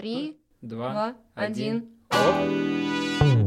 3, Два, 2, 1. Оп.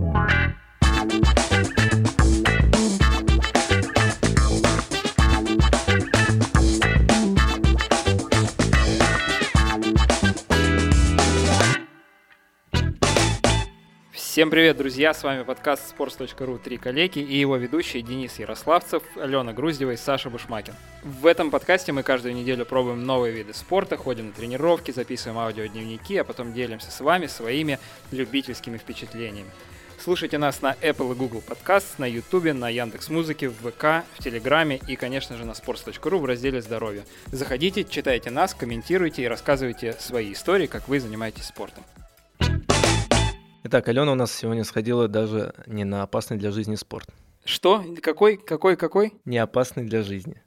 Всем привет, друзья! С вами подкаст sports.ru «Три коллеги» и его ведущие Денис Ярославцев, Алена Груздева и Саша Бушмакин. В этом подкасте мы каждую неделю пробуем новые виды спорта, ходим на тренировки, записываем аудиодневники, а потом делимся с вами своими любительскими впечатлениями. Слушайте нас на Apple и Google Podcast, на YouTube, на Яндекс.Музыке, в ВК, в Телеграме и, конечно же, на sports.ru в разделе «Здоровье». Заходите, читайте нас, комментируйте и рассказывайте свои истории, как вы занимаетесь спортом. Итак, Алена у нас сегодня сходила даже не на опасный для жизни спорт. Что? Какой? Не опасный для жизни.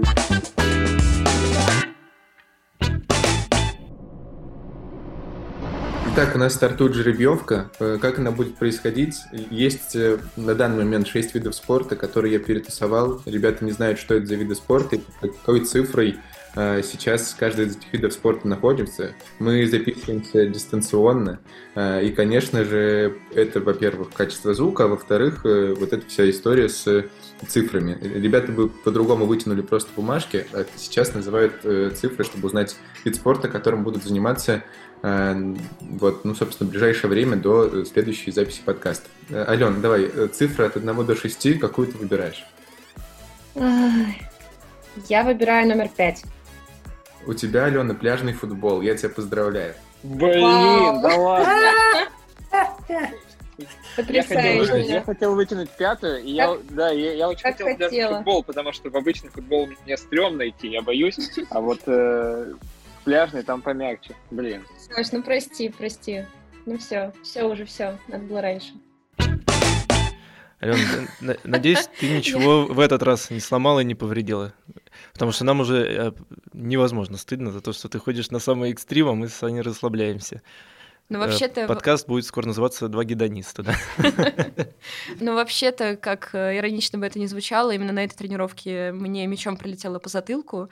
Итак, у нас стартует жеребьевка. Как она будет происходить? Есть на данный момент 6 видов спорта, которые я перетасовал. Ребята не знают, что это за виды спорта и какой цифрой сейчас каждый из этих видов спорта находится. Мы записываемся дистанционно. И, конечно же, это, во-первых, качество звука, а во-вторых, вот эта вся история с цифрами. Ребята бы по-другому вытянули просто бумажки, а сейчас называют цифры, чтобы узнать вид спорта, которым будут заниматься собственно, в ближайшее время до следующей записи подкаста. Ален, давай, цифры от 1 до 6, какую ты выбираешь? Я выбираю номер 5. У тебя, Алена, пляжный футбол. Я тебя поздравляю. Блин, да ладно. Потрясающе. Я хотел вытянуть 5-ю, и я очень хотел пляжный футбол, потому что в обычный футбол мне стрёмно идти, я боюсь, а вот пляжный там помягче. Блин. Саш, ну прости. Ну все, надо было раньше. Алена, надеюсь, ты ничего в этот раз не сломала и не повредила. Потому что нам уже невозможно стыдно за то, что ты ходишь на самый экстрим, а мы с вами расслабляемся. Ну, вообще-то... Подкаст будет скоро называться «Два гедониста», да? Ну, вообще-то, как иронично бы это ни звучало, именно на этой тренировке мне мячом прилетело по затылку.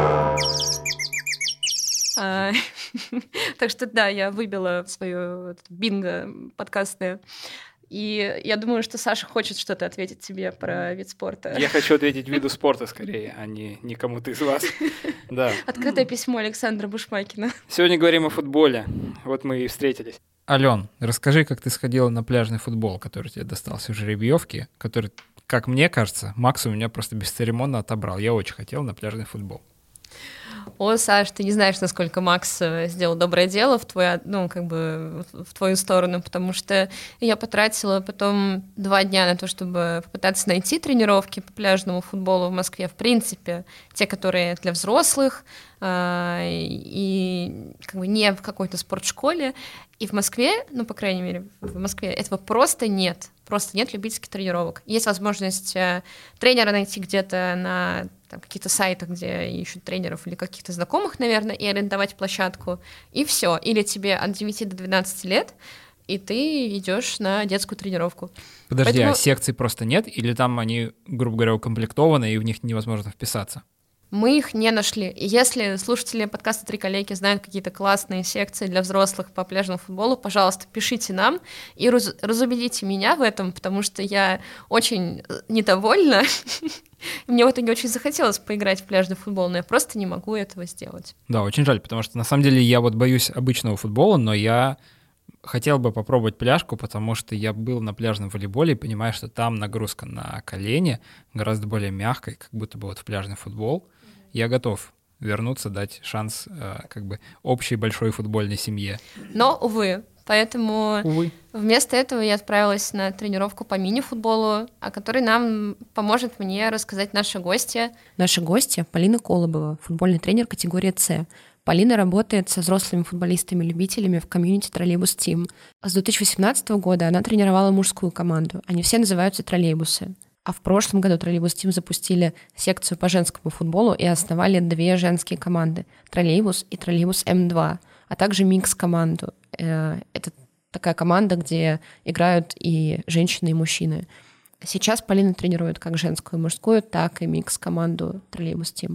Так что, да, я выбила свое бинго подкастное. И я думаю, что Саша хочет что-то ответить тебе про вид спорта. Я хочу ответить виду спорта скорее, а не кому-то из вас. Да. Открытое письмо Александра Бушмакина. Сегодня говорим о футболе. Вот мы и встретились. Ален, расскажи, как ты сходила на пляжный футбол, который тебе достался в жеребьевке, который, как мне кажется, Макс у меня просто бесцеремонно отобрал. Я очень хотел на пляжный футбол. О, Саш, ты не знаешь, насколько Макс сделал доброе дело в твою сторону, потому что я потратила потом 2 дня на то, чтобы попытаться найти тренировки по пляжному футболу в Москве. В принципе, те, которые для взрослых, и не в какой-то спортшколе. И в Москве, ну, по крайней мере, в Москве этого просто нет. Просто нет любительских тренировок. Есть возможность тренера найти где-то на каких-то сайтах, где ищут тренеров или каких-то знакомых, наверное, и арендовать площадку, и все. Или тебе от 9 до 12 лет, и ты идешь на детскую тренировку. Подожди, а секций просто нет? Или там они, грубо говоря, укомплектованы, и в них невозможно вписаться? Мы их не нашли. И если слушатели подкаста «Три коллеги» знают какие-то классные секции для взрослых по пляжному футболу, пожалуйста, пишите нам и разубедите меня в этом, потому что я очень недовольна. Мне в итоге очень захотелось поиграть в пляжный футбол, но я просто не могу этого сделать. Да, очень жаль, потому что на самом деле я вот боюсь обычного футбола, но я хотел бы попробовать пляжку, потому что я был на пляжном волейболе и понимаю, что там нагрузка на колени гораздо более мягкая, как будто бы вот в пляжный футбол. Я готов вернуться, дать шанс общей большой футбольной семье. Но, увы. Поэтому вместо этого я отправилась на тренировку по мини-футболу, о которой нам поможет мне рассказать наша гостья. Наша гостья Полина Колобова, футбольный тренер категории «С». Полина работает со взрослыми футболистами-любителями в комьюнити «Троллейбус Тим». С 2018 года она тренировала мужскую команду. Они все называются «Троллейбусы». А в прошлом году «Троллейбус Тим» запустили секцию по женскому футболу и основали 2 женские команды — «Троллейбус» и «Троллейбус М2», а также микс-команду. Это такая команда, где играют и женщины, и мужчины. Сейчас Полина тренирует как женскую и мужскую, так и микс-команду «Троллейбус Тим».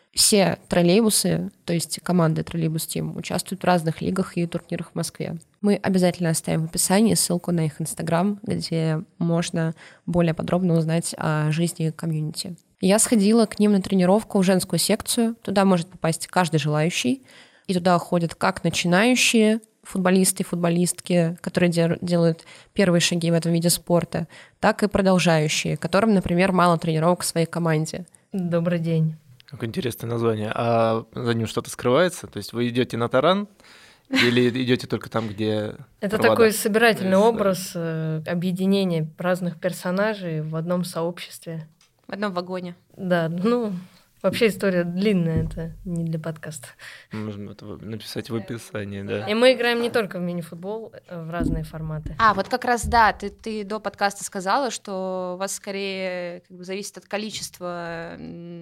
Все троллейбусы, то есть команды Троллейбус Тим, участвуют в разных лигах и турнирах в Москве. Мы обязательно оставим в описании ссылку на их Инстаграм, где можно более подробно узнать о жизни комьюнити. Я сходила к ним на тренировку в женскую секцию. Туда может попасть каждый желающий. И туда ходят как начинающие футболисты и футболистки, которые делают первые шаги в этом виде спорта, так и продолжающие, которым, например, мало тренировок в своей команде. Добрый день. Какое интересное название. А за ним что-то скрывается? То есть вы идете на таран или идете только там, где это провода? Такой собирательный образ объединения разных персонажей в одном сообществе. В одном вагоне. Да, вообще история длинная, это не для подкаста. Можно это написать в описании, да. И мы играем не только в мини-футбол, в разные форматы. Вот как раз, да, ты до подкаста сказала, что у вас скорее зависит от количества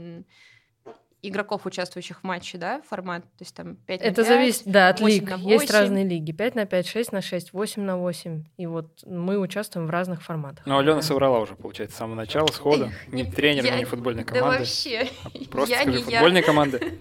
игроков, участвующих в матче, да, формат? То есть там 5 на 5, это зависит, да, от лиг. 8. Есть разные лиги. 5 на 5, 6 на 6, 8 на 8. И вот мы участвуем в разных форматах. Алена соврала уже, получается, с самого начала, схода. Не тренер, не футбольной команды. Да вообще. Просто скажи, футбольной команды.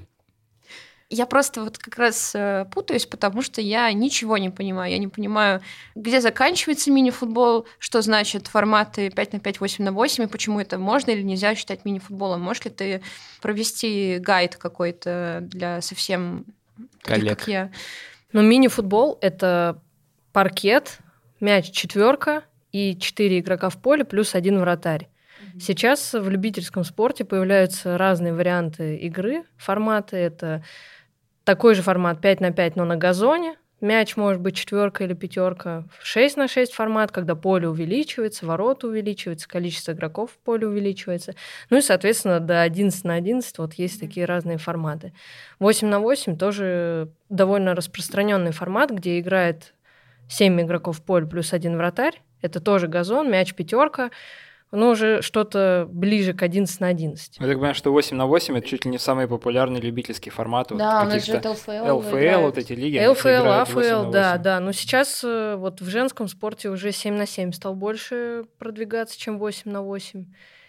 Я просто вот как раз путаюсь, потому что я ничего не понимаю. Я не понимаю, где заканчивается мини-футбол, что значит форматы 5 на 5, 8 на 8, и почему это можно или нельзя считать мини-футболом. Можешь ли ты провести гайд какой-то для совсем таких, как я? Мини-футбол — это паркет, мяч 4 и 4 игрока в поле плюс 1 вратарь. Сейчас в любительском спорте появляются разные варианты игры, форматы. Это такой же формат 5 на 5, но на газоне. Мяч может быть 4 или 5. 6 на 6 формат, когда поле увеличивается, ворота увеличиваются, количество игроков в поле увеличивается. И, соответственно, до 11 на 11 вот есть такие разные форматы. 8 на 8 тоже довольно распространенный формат, где играет 7 игроков в поле плюс 1 вратарь. Это тоже газон, мяч 5. Уже что-то ближе к 11 на 11. Я так понимаю, что 8 на 8 это чуть ли не самый популярный любительский формат. Да, у нас же это ЛФЛ, вот эти лиги. ЛФЛ, АФЛ, да. Но сейчас вот в женском спорте уже 7 на 7 стал больше продвигаться, чем 8 на 8.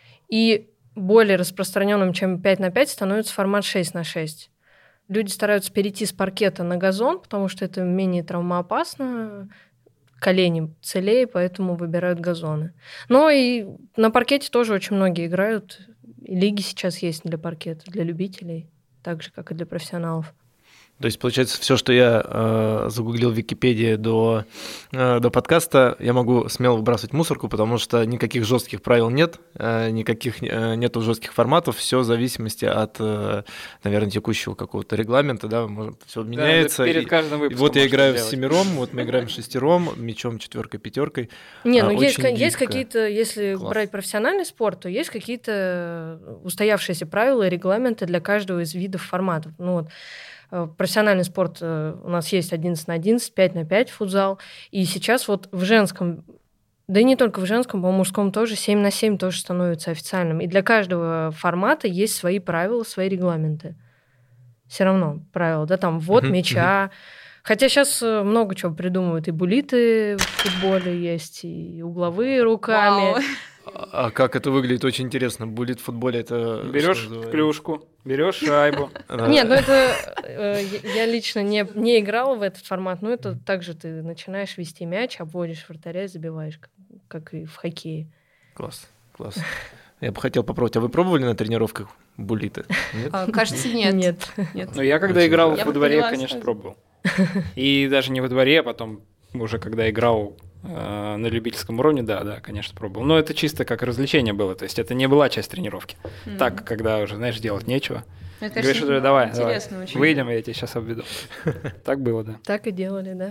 И более распространенным, чем 5 на 5, становится формат 6 на 6. Люди стараются перейти с паркета на газон, потому что это менее травмоопасно, колени целее, поэтому выбирают газоны. Но и на паркете тоже очень многие играют. И лиги сейчас есть для паркета, для любителей, так же, как и для профессионалов. То есть, получается, все, что я загуглил в Википедии до подкаста, я могу смело выбрасывать в мусорку, потому что никаких жестких правил нет, нету жестких форматов, все в зависимости от, наверное, текущего какого-то регламента, да, все меняется. Да, перед каждым выпуском. Вот я играю с 7, вот мы играем с 6, мячом 4, 5. Есть какие-то, если брать профессиональный спорт, то есть какие-то устоявшиеся правила и регламенты для каждого из видов форматов. Профессиональный спорт у нас есть 11 на 11, 5 на 5 футзал. И сейчас вот в женском, да и не только в женском, по мужском тоже 7 на 7 тоже становится официальным. И для каждого формата есть свои правила, свои регламенты. Все равно правила, да, там ввод мяча. Хотя сейчас много чего придумывают. И буллиты в футболе есть, и угловые руками. Вау. А как это выглядит? Очень интересно. Буллит в футболе — это... Берешь клюшку, берешь шайбу. Нет, это... Я лично не играла в этот формат, но это также ты начинаешь вести мяч, обводишь вратаря и забиваешь, как и в хоккее. Класс. Я бы хотел попробовать. А вы пробовали на тренировках буллиты? Кажется, нет. Но я когда играл во дворе, конечно, пробовал. И даже не во дворе, а потом уже когда играл на любительском уровне, да, конечно, пробовал. Но это чисто как развлечение было, то есть это не была часть тренировки. Так, когда уже, знаешь, делать нечего. Это, говоришь, конечно, давай, очень. Выйдем, я тебя сейчас обведу. Так было, да. Так и делали, да.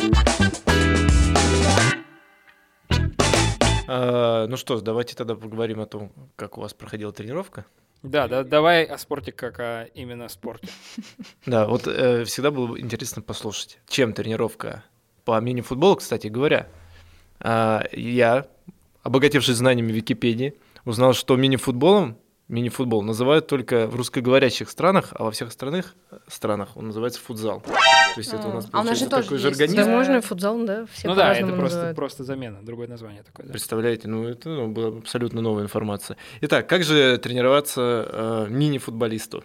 Ну что ж, давайте тогда поговорим о том, как у вас проходила тренировка. Да, давай о спорте как о именно спорте. Да, вот всегда было интересно послушать, чем тренировка по мини-футболу, кстати говоря. Я, обогатившись знаниями Википедии, узнал, что мини-футболом мини-футбол называют только в русскоговорящих странах, а во всех остальных странах он называется футзал. То есть это у нас получается такой жаргонизм. Да, можно футзал, да, все ну по-разному да, это называют. просто замена, другое название такое. Да. Представляете, это была абсолютно новая информация. Итак, как же тренироваться мини-футболисту?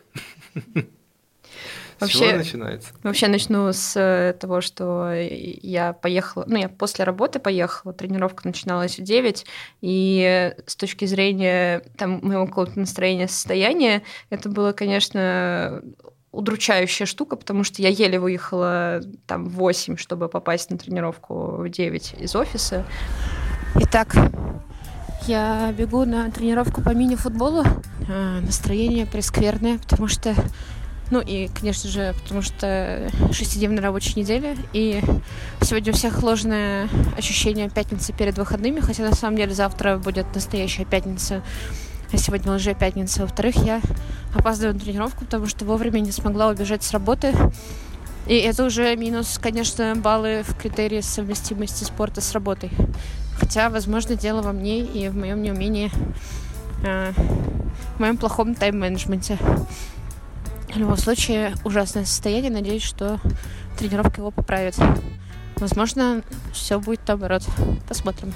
С чего начинается? Вообще начну с того, что я поехала, я после работы поехала, тренировка начиналась в 9, и с точки зрения моего какого-то настроения, состояния, это было, конечно, удручающая штука, потому что я еле выехала в 8, чтобы попасть на тренировку в 9 из офиса. Итак, я бегу на тренировку по мини-футболу. Настроение прескверное, потому что и, конечно же, потому что 6-дневная рабочая неделя, и сегодня у всех ложное ощущение пятницы перед выходными, хотя на самом деле завтра будет настоящая пятница, а сегодня лже-пятница. Во-вторых, я опаздываю на тренировку, потому что вовремя не смогла убежать с работы, и это уже минус, конечно, баллы в критерии совместимости спорта с работой. Хотя, возможно, дело во мне и в моем неумении, в моем плохом тайм-менеджменте. В любом случае, ужасное состояние. Надеюсь, что тренировка его поправит. Возможно, все будет наоборот. Посмотрим.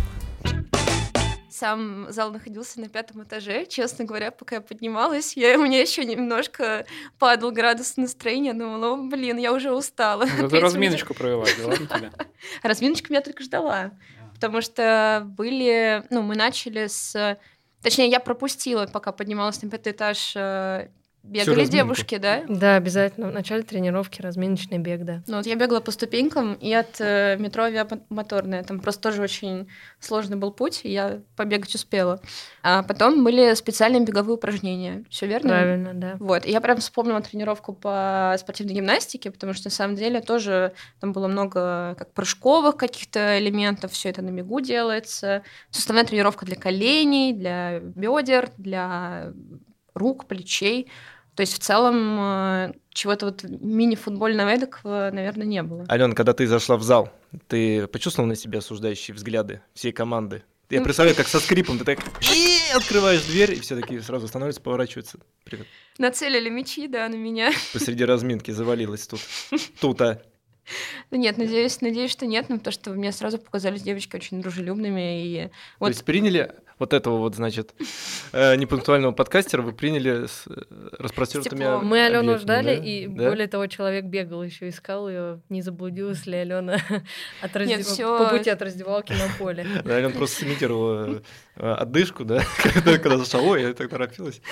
Сам зал находился на 5-м этаже. Честно говоря, пока я поднималась, у меня еще немножко падал градус настроения. Думала, я уже устала. Ты разминочку провела, дела на тебя. Разминочку я только ждала. Потому что мы начали с... Точнее, я пропустила, пока поднималась на 5-й этаж... Бегали девушки, да? Да, обязательно. В начале тренировки разминочный бег, да. Я бегала по ступенькам, и от метро Авиамоторная. Там просто тоже очень сложный был путь, и я побегать успела. А потом были специальные беговые упражнения. Все верно? Правильно, да. Вот. И я прям вспомнила тренировку по спортивной гимнастике, потому что на самом деле тоже там было много как прыжковых каких-то элементов, все это на бегу делается. Суставная тренировка для коленей, для бедер, для рук, плечей. То есть в целом чего-то мини-футбольного эдакого, наверное, не было. Алёна, когда ты зашла в зал, ты почувствовала на себе осуждающие взгляды всей команды? Я представляю, как со скрипом ты так открываешь дверь, и все такие сразу становятся, поворачиваются. Привет. Нацелили мячи, да, на меня. Посреди разминки завалилась тут. Нет, надеюсь, что нет, потому что мне сразу показались девочки очень дружелюбными. То есть приняли вот этого непунктуального подкастера, вы приняли с распростертыми объятиями? Мы Алену ждали, да? И более того, человек бегал еще, искал ее, не заблудилась ли Алена по пути от раздевалки на поле. Да, Алена просто сымитировала отдышку, да, когда зашла, я так торопилась.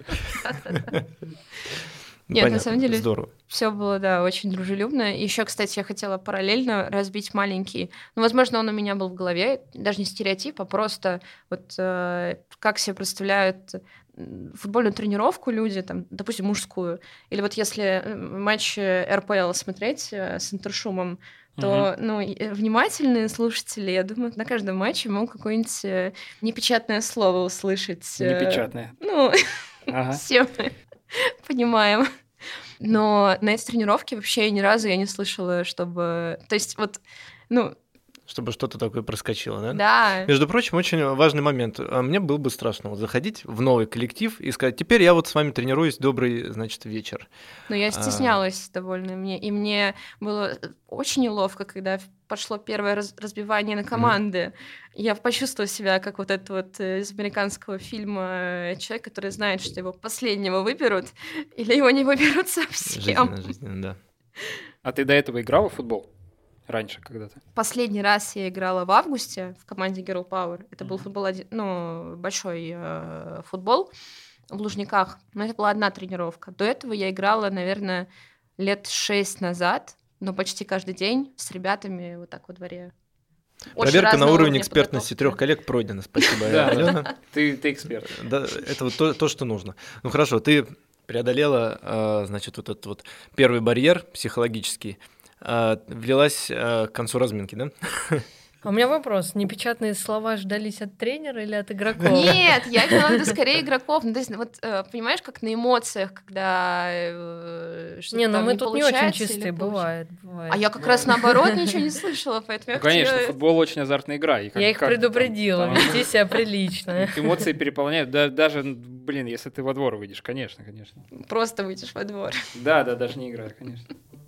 Нет, понятно, на самом деле здорово. Все было, да, очень дружелюбно. Еще, кстати, я хотела параллельно разбить маленький. Возможно, он у меня был в голове, даже не стереотип, а просто как себе представляют футбольную тренировку люди, допустим, мужскую. Или если матч РПЛ смотреть с интершумом, то внимательные слушатели, я думаю, на каждом матче могут какое-нибудь непечатное слово услышать. Непечатное. Все мы понимаем. Но на этой тренировке вообще ни разу я не слышала, чтобы... То есть чтобы что-то такое проскочило, да? Да. Между прочим, очень важный момент. Мне было бы страшно заходить в новый коллектив и сказать, теперь я с вами тренируюсь, добрый, вечер. Но я стеснялась довольно. Мне было очень неловко, когда пошло первое разбивание на команды. Я почувствовала себя как этот из американского фильма человек, который знает, что его последнего выберут, или его не выберут совсем. Жизненно, да. А ты до этого играла в футбол? Раньше когда-то? Последний раз я играла в августе в команде Girl Power. Это был большой футбол в Лужниках. Но это была одна тренировка. До этого я играла, наверное, лет 6 назад, но почти каждый день с ребятами во дворе. Проверка на уровень экспертности 3 коллег пройдена. Спасибо, Алена. Ты эксперт. Да, это то, что нужно. Ну хорошо, ты преодолела, этот первый барьер психологический. Влилась к концу разминки, да? А у меня вопрос. Непечатные слова ждались от тренера или от игроков? Нет, я имела в виду скорее игроков. Ну, то есть, вот понимаешь, как на эмоциях, когда что-то не, ну там мы не тут не очень получается чистые, или бывает. А я как раз наоборот ничего не слышала, поэтому я Конечно, хотела- футбол очень азартная игра. И Я их предупредила, вести себя прилично. Эмоции переполняют. Даже, блин, если ты во двор выйдешь, конечно. Просто выйдешь во двор. Да, даже не играть, конечно.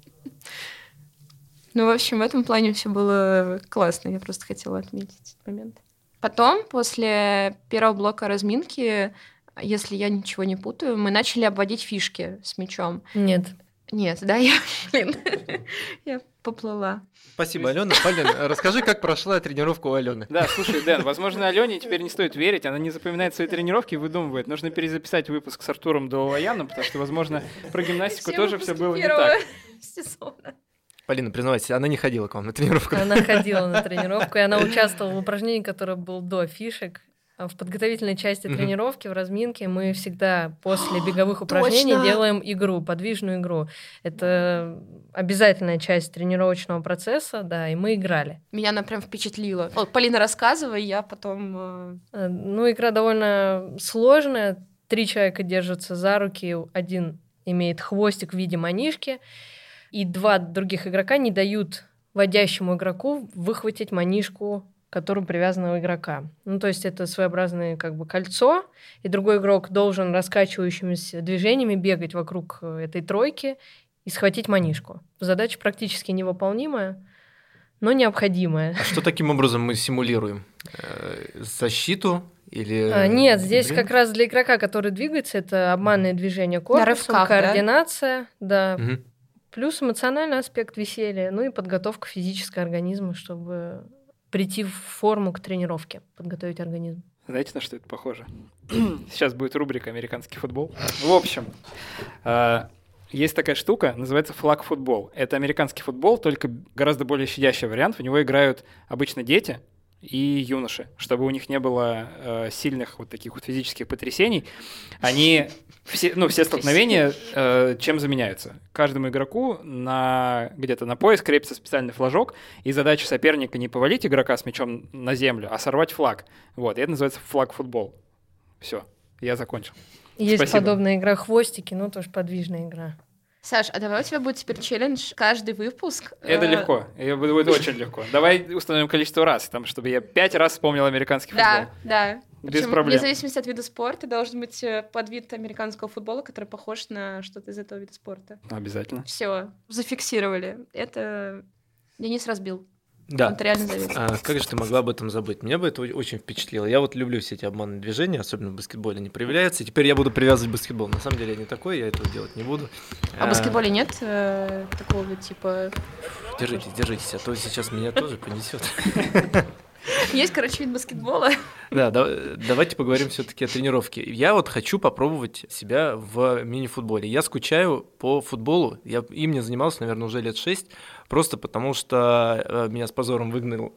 Ну, в общем, в этом плане все было классно. Я просто хотела отметить этот момент. Потом, после первого блока разминки, если я ничего не путаю, мы начали обводить фишки с мячом. Нет, да, я поплыла. Спасибо, Алена. Полин, расскажи, как прошла тренировка у Алены. Да, слушай, Дэн, возможно, Алене теперь не стоит верить, она не запоминает свои тренировки и выдумывает. Нужно перезаписать выпуск с Артуром Долояном, потому что, возможно, про гимнастику тоже все было не так. Сезона. Полина, признавайся, она не ходила к вам на тренировку. Она ходила на тренировку, и она участвовала в упражнении, которое было до фишек. В подготовительной части тренировки, в разминке, мы всегда после беговых упражнений делаем игру, подвижную игру. Это обязательная часть тренировочного процесса, да, и мы играли. Меня она прям впечатлила. Полина, рассказывай, я потом... Ну, игра довольно сложная. 3 человека держатся за руки, один имеет хвостик в виде манишки, и 2 других игрока не дают водящему игроку выхватить манишку, к которому привязана у игрока. Ну, то есть это своеобразное как бы кольцо, и другой игрок должен раскачивающимися движениями бегать вокруг этой тройки и схватить манишку. Задача практически невыполнимая, но необходимая. А что таким образом мы симулируем? Защиту или... Нет, здесь как раз для игрока, который двигается, это обманные движения корпусом, координация, да. Плюс эмоциональный аспект веселья, ну и подготовка физического организма, чтобы прийти в форму к тренировке, подготовить организм. Знаете, на что это похоже? Сейчас будет рубрика «Американский футбол». В общем, есть такая штука, называется флаг-футбол. Это американский футбол, только гораздо более щадящий вариант. В него играют обычно дети и юноши, чтобы у них не было сильных вот таких вот физических потрясений. Они все столкновения чем заменяются? Каждому игроку где-то на пояс крепится специальный флажок, и задача соперника не повалить игрока с мячом на землю, а сорвать флаг. Вот, и это называется флаг-футбол. Все, я закончил. Есть Спасибо. Подобная игра «Хвостики», но тоже подвижная игра. Саш, а давай у тебя будет теперь челлендж каждый выпуск. Это легко, это будет очень легко. Давай установим количество раз, чтобы я 5 раз вспомнил американский футбол. Да. Без Причем, проблем. вне зависимости от вида спорта должен быть подвид американского футбола, который похож на что-то из этого вида спорта. Обязательно. Все, зафиксировали. Это Денис разбил. Да. Он реально завис. Как же ты могла об этом забыть? Меня бы это очень впечатлило. Я вот люблю все эти обманные движения, особенно в баскетболе они проявляются. И теперь я буду привязывать баскетбол. На самом деле я не такой, я этого делать не буду. А в баскетболе нет такого типа... Держитесь, а то сейчас меня тоже понесет. Есть, короче, вид баскетбола. Да, давайте поговорим все-таки о тренировке. Я вот хочу попробовать себя в мини-футболе. Я скучаю по футболу. Я им не занимался, наверное, уже лет 6, просто потому что меня с позором выгнали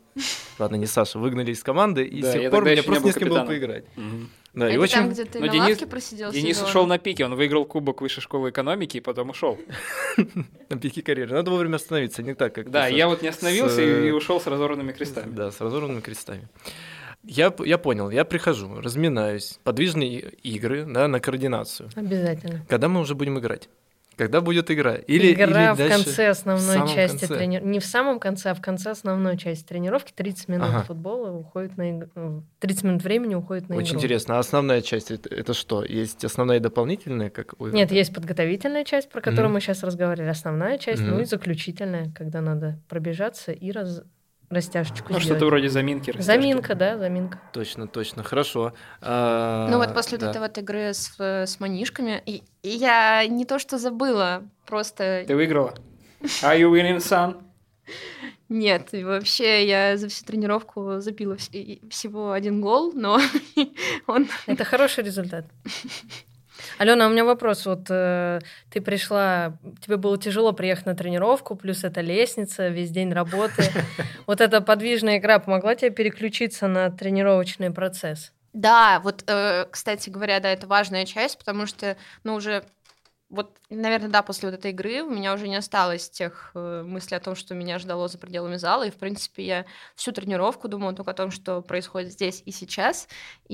из команды, и с тех пор мне просто не с кем было поиграть. Да, это и очень... там, где ты на лавке просидел Денис ушел на пике, он выиграл кубок высшей школы экономики и потом ушел. На пике карьеры. Надо вовремя остановиться, не так, как да, я вот не остановился и ушел с разорванными крестами. Да, с разорванными крестами. Я понял, я прихожу, разминаюсь, подвижные игры, да, на координацию. Обязательно. Когда мы уже будем играть? Когда будет игра? Игра в конце основной части тренировки. Не в самом конце, а в конце основной части тренировки. 30 минут футбола уходит на игру. 30 минут времени уходит на игру. Очень интересно. А основная часть это что? Есть основная и дополнительная? Нет, есть подготовительная часть, про которую мы сейчас разговаривали. Основная часть, ну и заключительная, когда надо пробежаться и растяжечку сделать. Что-то вроде заминки. Заминка, да, заминка. Точно, хорошо. Ну вот после этой вот игры с манишками, и я не то что забыла, просто... Ты выиграла? Are you winning, son? Нет, и вообще я за всю тренировку забила всего 1 гол, но он... Это хороший результат. Алена, у меня вопрос. Вот ты пришла, тебе было тяжело приехать на тренировку, плюс это лестница, весь день работы. Вот эта подвижная игра помогла тебе переключиться на тренировочный процесс? Да, вот, кстати говоря, да, это важная часть, потому что, уже вот, наверное, да, после вот этой игры у меня уже не осталось тех мыслей о том, что меня ждало за пределами зала, и, в принципе, я всю тренировку думала только о том, что происходит здесь и сейчас,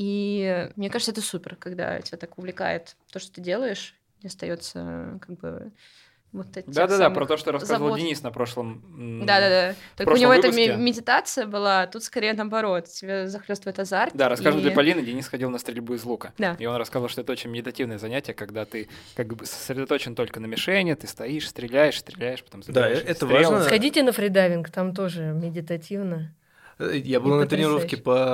и мне кажется, это супер, когда тебя так увлекает то, что ты делаешь, не остается как бы... Вот да, про то, что рассказывал Денис на прошлом. Да. Только у него это медитация была, а тут скорее наоборот. Тебя захлестывает азарт. Да, расскажем для Полины, Денис ходил на стрельбу из лука. Да. И он рассказывал, что это очень медитативное занятие, когда ты как бы сосредоточен только на мишени, ты стоишь, стреляешь, потом забираешь. Да, это важно. Сходите на фридайвинг, там тоже медитативно. Я был на тренировке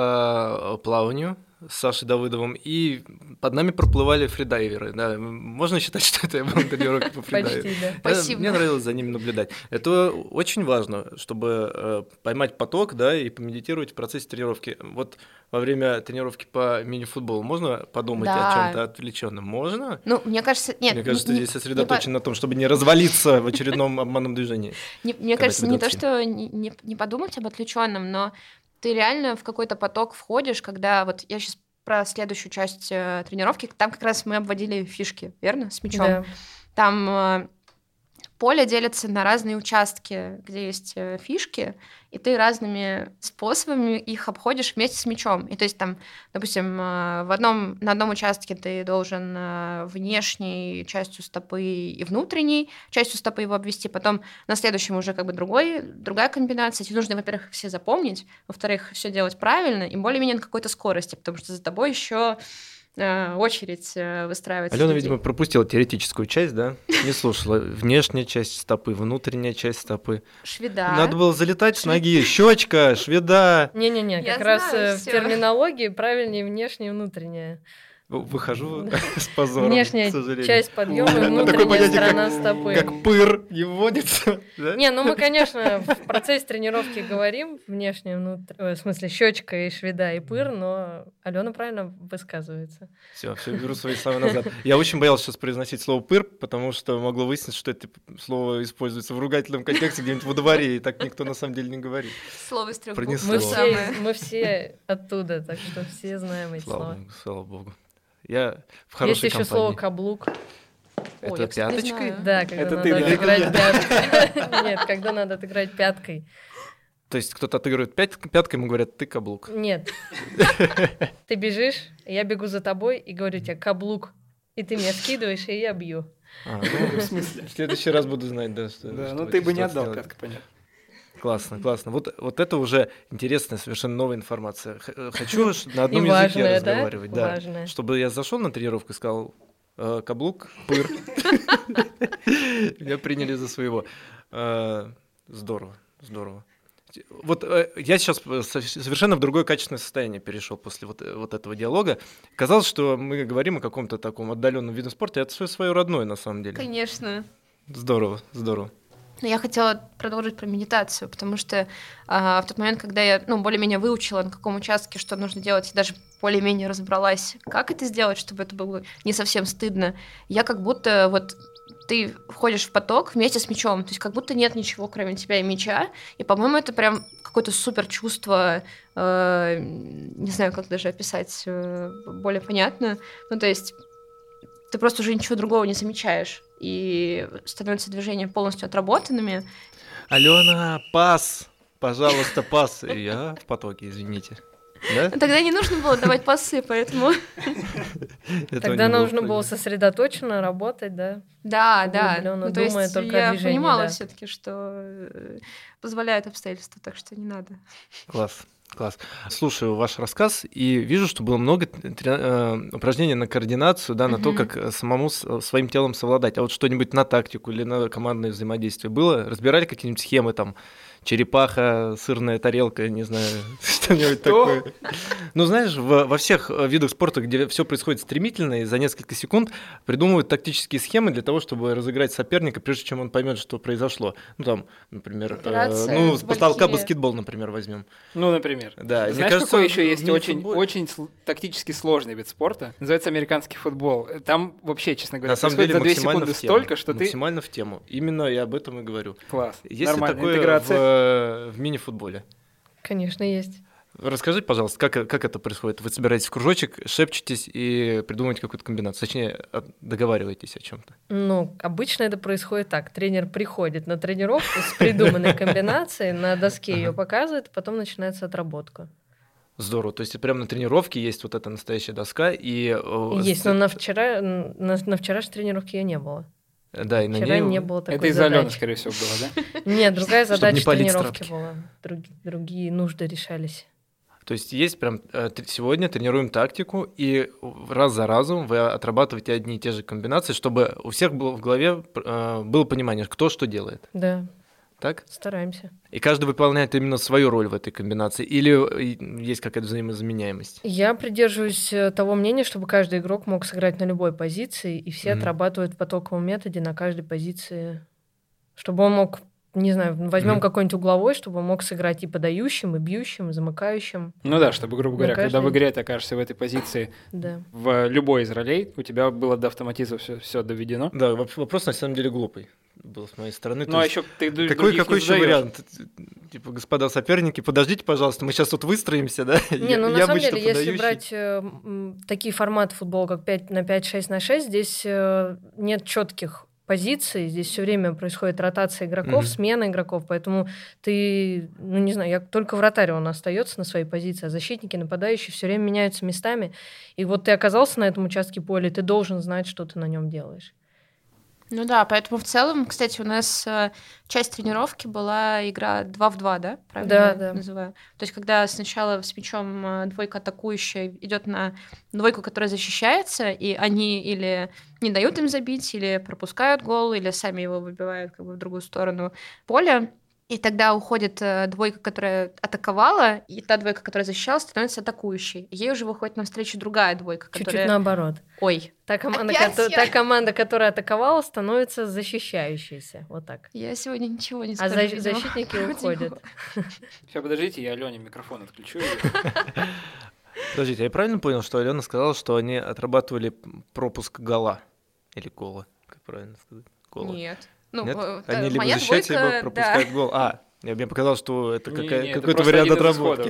по плаванию с Сашей Давыдовым, и под нами проплывали фридайверы. Да, можно считать, что это я был на тренировке по фридайвингу? Почти, да. Спасибо. Мне нравилось за ними наблюдать. Это очень важно, чтобы поймать поток, да, и помедитировать в процессе тренировки. Вот во время тренировки по мини-футболу можно подумать о чем-то отвлеченном? Можно? Ну, мне кажется, нет. Мне кажется, здесь сосредоточен на том, чтобы не развалиться в очередном обманном движении. Мне кажется, не то, что не подумать об отвлеченном, но ты реально в какой-то поток входишь, когда вот я сейчас про следующую часть тренировки, там как раз мы обводили фишки, верно, с мячом. Да. Там поле делится на разные участки, где есть фишки, и ты разными способами их обходишь вместе с мячом. И то есть там, допустим, на одном участке ты должен внешней частью стопы и внутренней частью стопы его обвести, потом на следующем уже как бы другая комбинация. Тебе нужно, во-первых, все запомнить, во-вторых, все делать правильно и более-менее на какой-то скорости, потому что за тобой еще очередь выстраивается. Алена, видимо, пропустила теоретическую часть, да? Не слушала. Внешняя часть стопы, внутренняя часть стопы. Шведа. Надо было залетать с ноги. Щечка, шведа. Не-не-не, как раз в терминологии правильнее внешняя и внутренняя. Выхожу с позором, внешняя к сожалению. часть подъема, внутренняя сторона стопы. Как пыр не вводится. Да? Не, ну мы, конечно, в процессе тренировки говорим внешняя, в смысле, щечка и шведа и пыр, но Алена правильно высказывается. Все, беру свои слова назад. Я очень боялся сейчас произносить слово пыр, потому что могло выясниться, что это слово используется в ругательном контексте где-нибудь во дворе, и так никто на самом деле не говорит. Слово из 3 букв. Мы все оттуда, так что все знаем эти слова. Слава богу. Я в хорошей Есть еще компании. слово «каблук». Это пяточкой? Да, когда надо отыграть пяткой. Нет, когда надо отыграть пяткой. То есть кто-то отыгрывает пяткой, ему говорят, ты каблук. Нет. Ты бежишь, я бегу за тобой и говорю тебе «каблук». И ты меня скидываешь, и я бью. В смысле? В следующий раз буду знать, да. Да, ну ты бы не отдал пяткой, понятно. Классно. Вот это уже интересная, совершенно новая информация. Хочу на одном языке разговаривать. Да? Важное. Чтобы я зашел на тренировку и сказал каблук, пыр. Меня приняли за своего. Здорово. Вот я сейчас совершенно в другое качественное состояние перешел после вот этого диалога. Казалось, что мы говорим о каком-то таком отдаленном виде спорта, это все свое родное на самом деле. Конечно. Здорово. Я хотела продолжить про медитацию, потому что в тот момент, когда я более-менее выучила, на каком участке что нужно делать, и даже более-менее разобралась, как это сделать, чтобы это было не совсем стыдно, я как будто вот ты входишь в поток вместе с мячом, то есть как будто нет ничего, кроме тебя и мяча, и, по-моему, это прям какое-то супер чувство, не знаю, как даже описать более понятно, то есть ты просто уже ничего другого не замечаешь, и становятся движения полностью отработанными. Алена, пас! Пожалуйста, пас. Я в потоке, извините. Да? Тогда не нужно было давать пасы, поэтому... Тогда нужно было сосредоточенно работать, да? Да. То есть я понимала все-таки, что позволяют обстоятельства, так что не надо. Класс. Слушаю ваш рассказ и вижу, что было много упражнений на координацию, да, на то, как самому своим телом совладать. А вот что-нибудь на тактику или на командное взаимодействие было? Разбирали какие-нибудь схемы там? Черепаха, сырная тарелка, не знаю, что-нибудь такое. Ну, знаешь, во всех видах спорта, где все происходит стремительно и за несколько секунд, придумывают тактические схемы для того, чтобы разыграть соперника, прежде чем он поймет, что произошло. Ну, там, например, с потолка баскетбол, например, возьмем. Ну, например. Да, знаешь, какой еще есть очень тактически сложный вид спорта? Называется американский футбол. Там вообще, честно говоря, происходит за 2 секунды столько, что ты... Максимально в тему. Именно я об этом и говорю. Класс. Есть ли такое в мини-футболе? Конечно, есть. Расскажи, пожалуйста, как это происходит? Вы собираетесь в кружочек, шепчетесь и придумываете какую-то комбинацию, точнее, договариваетесь о чем-то? Ну, обычно это происходит так. Тренер приходит на тренировку с придуманной комбинацией, на доске ее показывает, потом начинается отработка. Здорово. То есть прямо на тренировке есть вот эта настоящая доска и... Есть, но на вчерашней тренировке ее не было. Да, и на Вчера ней... не было такой Это из-за задачи. Алены, скорее всего, было, да? Нет, другая задача тренировки травки. была. Другие нужды решались. То есть есть прям сегодня тренируем тактику, и раз за разом вы отрабатываете одни и те же комбинации, чтобы у всех было в голове было понимание, кто что делает. Да. Так? Стараемся. И каждый выполняет именно свою роль в этой комбинации? Или есть какая-то взаимозаменяемость? Я придерживаюсь того мнения, чтобы каждый игрок мог сыграть на любой позиции, и все отрабатывают в потоковом методе на каждой позиции, чтобы он мог, не знаю, возьмем какой-нибудь угловой, чтобы он мог сыграть и подающим, и бьющим, и замыкающим. Ну да, чтобы, грубо говоря, когда в игре ты окажешься в этой позиции, в любой из ролей, у тебя было до автоматизма все доведено. Да, вопрос на самом деле глупый был с моей стороны. Ну, а еще ты какой еще вариант? Типа, господа соперники, подождите, пожалуйста, мы сейчас тут выстроимся, да? Не, ну на самом деле, если брать такие форматы футбола, как 5 на 5, 6 на 6, здесь нет четких позиций, здесь все время происходит ротация игроков, смена игроков, поэтому ты, ну не знаю, только вратарь он остается на своей позиции, а защитники, нападающие все время меняются местами, и вот ты оказался на этом участке поля, ты должен знать, что ты на нем делаешь. Ну да, поэтому в целом, кстати, у нас часть тренировки была игра 2 в 2, да? Правильно да. называю? То есть когда сначала с мячом двойка атакующая идет на двойку, которая защищается, и они или не дают им забить, или пропускают гол, или сами его выбивают как бы в другую сторону поля. И тогда уходит двойка, которая атаковала, и та двойка, которая защищала, становится атакующей. Ей уже выходит навстречу другая двойка, которая... Чуть-чуть наоборот. Ой. Та команда, которая атаковала, становится защищающейся. Вот так. Я сегодня ничего не скажу. А защитники уходят. Сейчас, подождите, я Алене микрофон отключу. Подождите, я правильно понял, что Алена сказала, что они отрабатывали пропуск гола? Или гола, как правильно сказать? Гола. Нет. Нет? Они либо защищают, либо пропускают гол. Мне показалось, что это какой-то вариант отработки.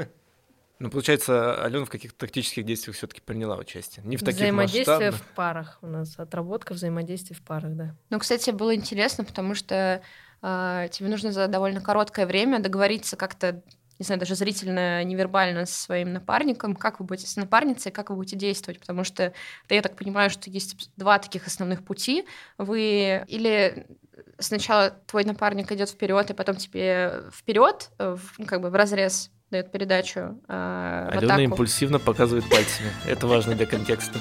Ну, получается, Алена в каких-то тактических действиях все-таки приняла участие. Не в таких взаимодействие в парах. У нас отработка взаимодействия в парах, да. Ну, кстати, было интересно, потому что тебе нужно за довольно короткое время договориться как-то, не знаю, даже зрительно, невербально со своим напарником, как вы будете с напарницей, как вы будете действовать, потому что, я так понимаю, что есть 2 таких основных пути. Вы или сначала твой напарник идет вперед, и потом тебе вперед, как бы в разрез дает передачу в атаку. Алена импульсивно показывает пальцами. Это важно для контекста.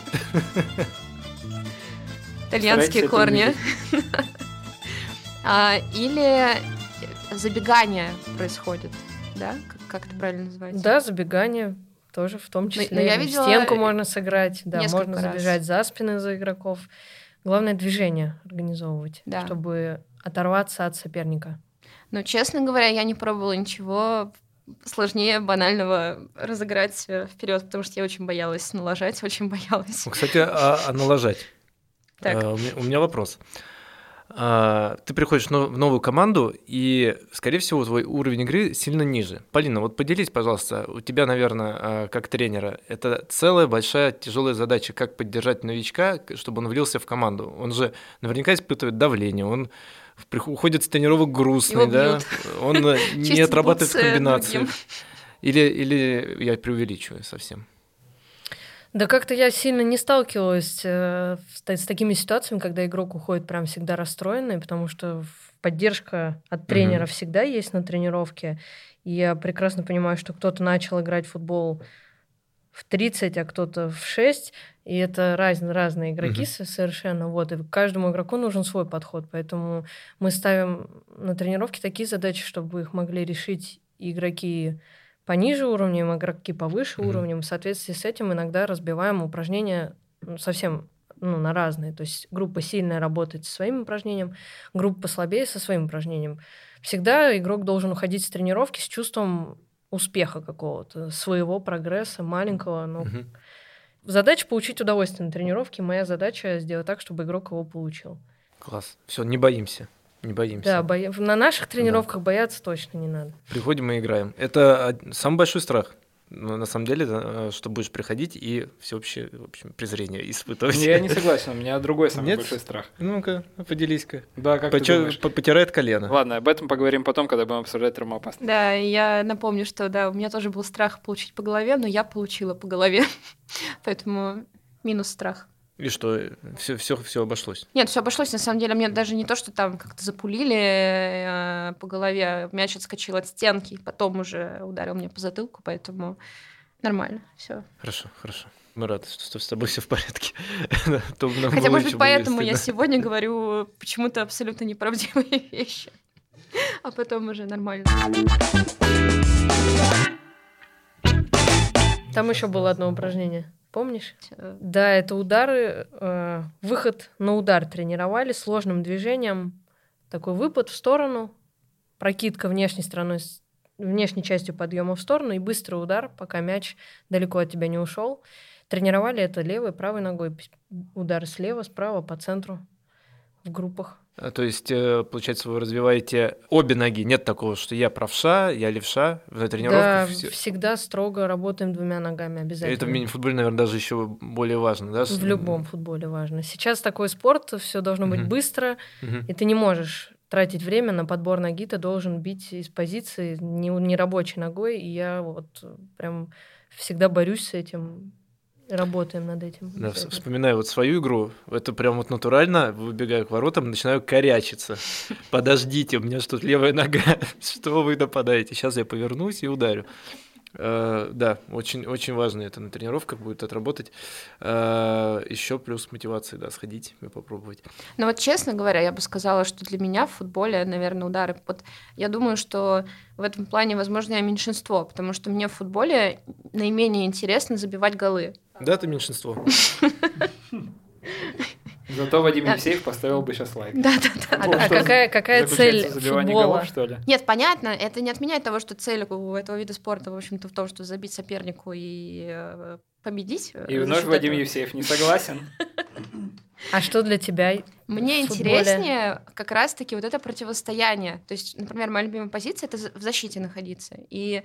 Итальянские корни. Или забегание происходит. Да? Как это правильно называется? Да, забегание тоже в том числе. Но я видела стенку можно сыграть, да, можно раз. забежать за спины за игроков. Главное движение организовывать, чтобы оторваться от соперника. Но, честно говоря, я не пробовала ничего сложнее банального разыграть вперед, потому что я очень боялась налажать, очень боялась. Кстати, а налажать? У меня вопрос. Ты приходишь в новую команду, и, скорее всего, твой уровень игры сильно ниже. Полина, вот поделись, пожалуйста, у тебя, наверное, как тренера, это целая большая тяжелая задача, как поддержать новичка, чтобы он влился в команду. Он же наверняка испытывает давление, он уходит с тренировок грустный, да? Он не отрабатывает комбинацию. Или я преувеличиваю совсем? Да как-то я сильно не сталкивалась с такими ситуациями, когда игрок уходит прям всегда расстроенный, потому что поддержка от тренера всегда есть на тренировке. И я прекрасно понимаю, что кто-то начал играть в футбол в 30, а кто-то в 6, и это разные игроки совершенно. Вот, и каждому игроку нужен свой подход, поэтому мы ставим на тренировке такие задачи, чтобы их могли решить игроки пониже уровнем, игроки повыше уровнем. В соответствии с этим иногда разбиваем упражнения совсем на разные. То есть группа сильная работает со своим упражнением, группа послабее со своим упражнением. Всегда игрок должен уходить с тренировки с чувством успеха какого-то, своего прогресса, маленького. Но задача получить удовольствие на тренировке. Моя задача сделать так, чтобы игрок его получил. Класс. Все, не боимся. Не боимся. Да, на наших тренировках бояться точно не надо. Приходим и играем. Это самый большой страх. Но на самом деле, что будешь приходить и всеобщее, в общем, презрение испытывать. Я не согласен, у меня другой самый большой страх. Ну-ка, поделись-ка. Да, как ты думаешь? Потирает колено. Ладно, об этом поговорим потом, когда будем обсуждать травмоопасность. Да, я напомню, что да, у меня тоже был страх получить по голове, но я получила по голове. Поэтому минус страх. И что, все обошлось? Нет, все обошлось. На самом деле, мне даже не то, что там как-то запулили по голове, мяч отскочил от стенки, потом уже ударил мне по затылку, поэтому нормально, все. Хорошо. Мы рады, что с тобой все в порядке. Хотя, может быть, поэтому я сегодня говорю почему-то абсолютно неправдивые вещи, а потом уже нормально. Там еще было одно упражнение. Помнишь? Да, это удары, выход на удар тренировали сложным движением. Такой выпад в сторону, прокидка внешней частью подъема в сторону и быстрый удар, пока мяч далеко от тебя не ушел. Тренировали это левой, правой ногой. Удары слева, справа, по центру в группах. То есть, получается, вы развиваете обе ноги. Нет такого, что я правша, я левша. В тренировках всегда строго работаем двумя ногами обязательно. Это в мини-футболе, наверное, даже еще более важно, да? В любом футболе важно. Сейчас такой спорт, все должно быть быстро, и ты не можешь тратить время на подбор ноги, ты должен бить из позиции не рабочей ногой, и я вот прям всегда борюсь с этим. Работаем над этим. Да, вспоминаю вот свою игру, это прям вот натурально, выбегаю к воротам, начинаю корячиться. Подождите, у меня что тут левая нога, что вы нападаете? Сейчас я повернусь и ударю. Да, очень важно это на тренировках будет отработать. Еще плюс мотивации, да, сходить и попробовать. Ну вот честно говоря, я бы сказала, что для меня в футболе, наверное, удары. Вот я думаю, что в этом плане, возможно, я меньшинство, потому что мне в футболе наименее интересно забивать голы. Да, ты меньшинство. Зато Вадим Евсеев поставил бы сейчас лайк. Да. А какая цель футбола? Голов, что ли? Нет, понятно, это не отменяет того, что цель у этого вида спорта, в общем-то, в том, что забить сопернику и победить. И вновь Вадим Евсеев не согласен. А что для тебя? Мне интереснее как раз-таки вот это противостояние. То есть, например, моя любимая позиция — это в защите находиться. И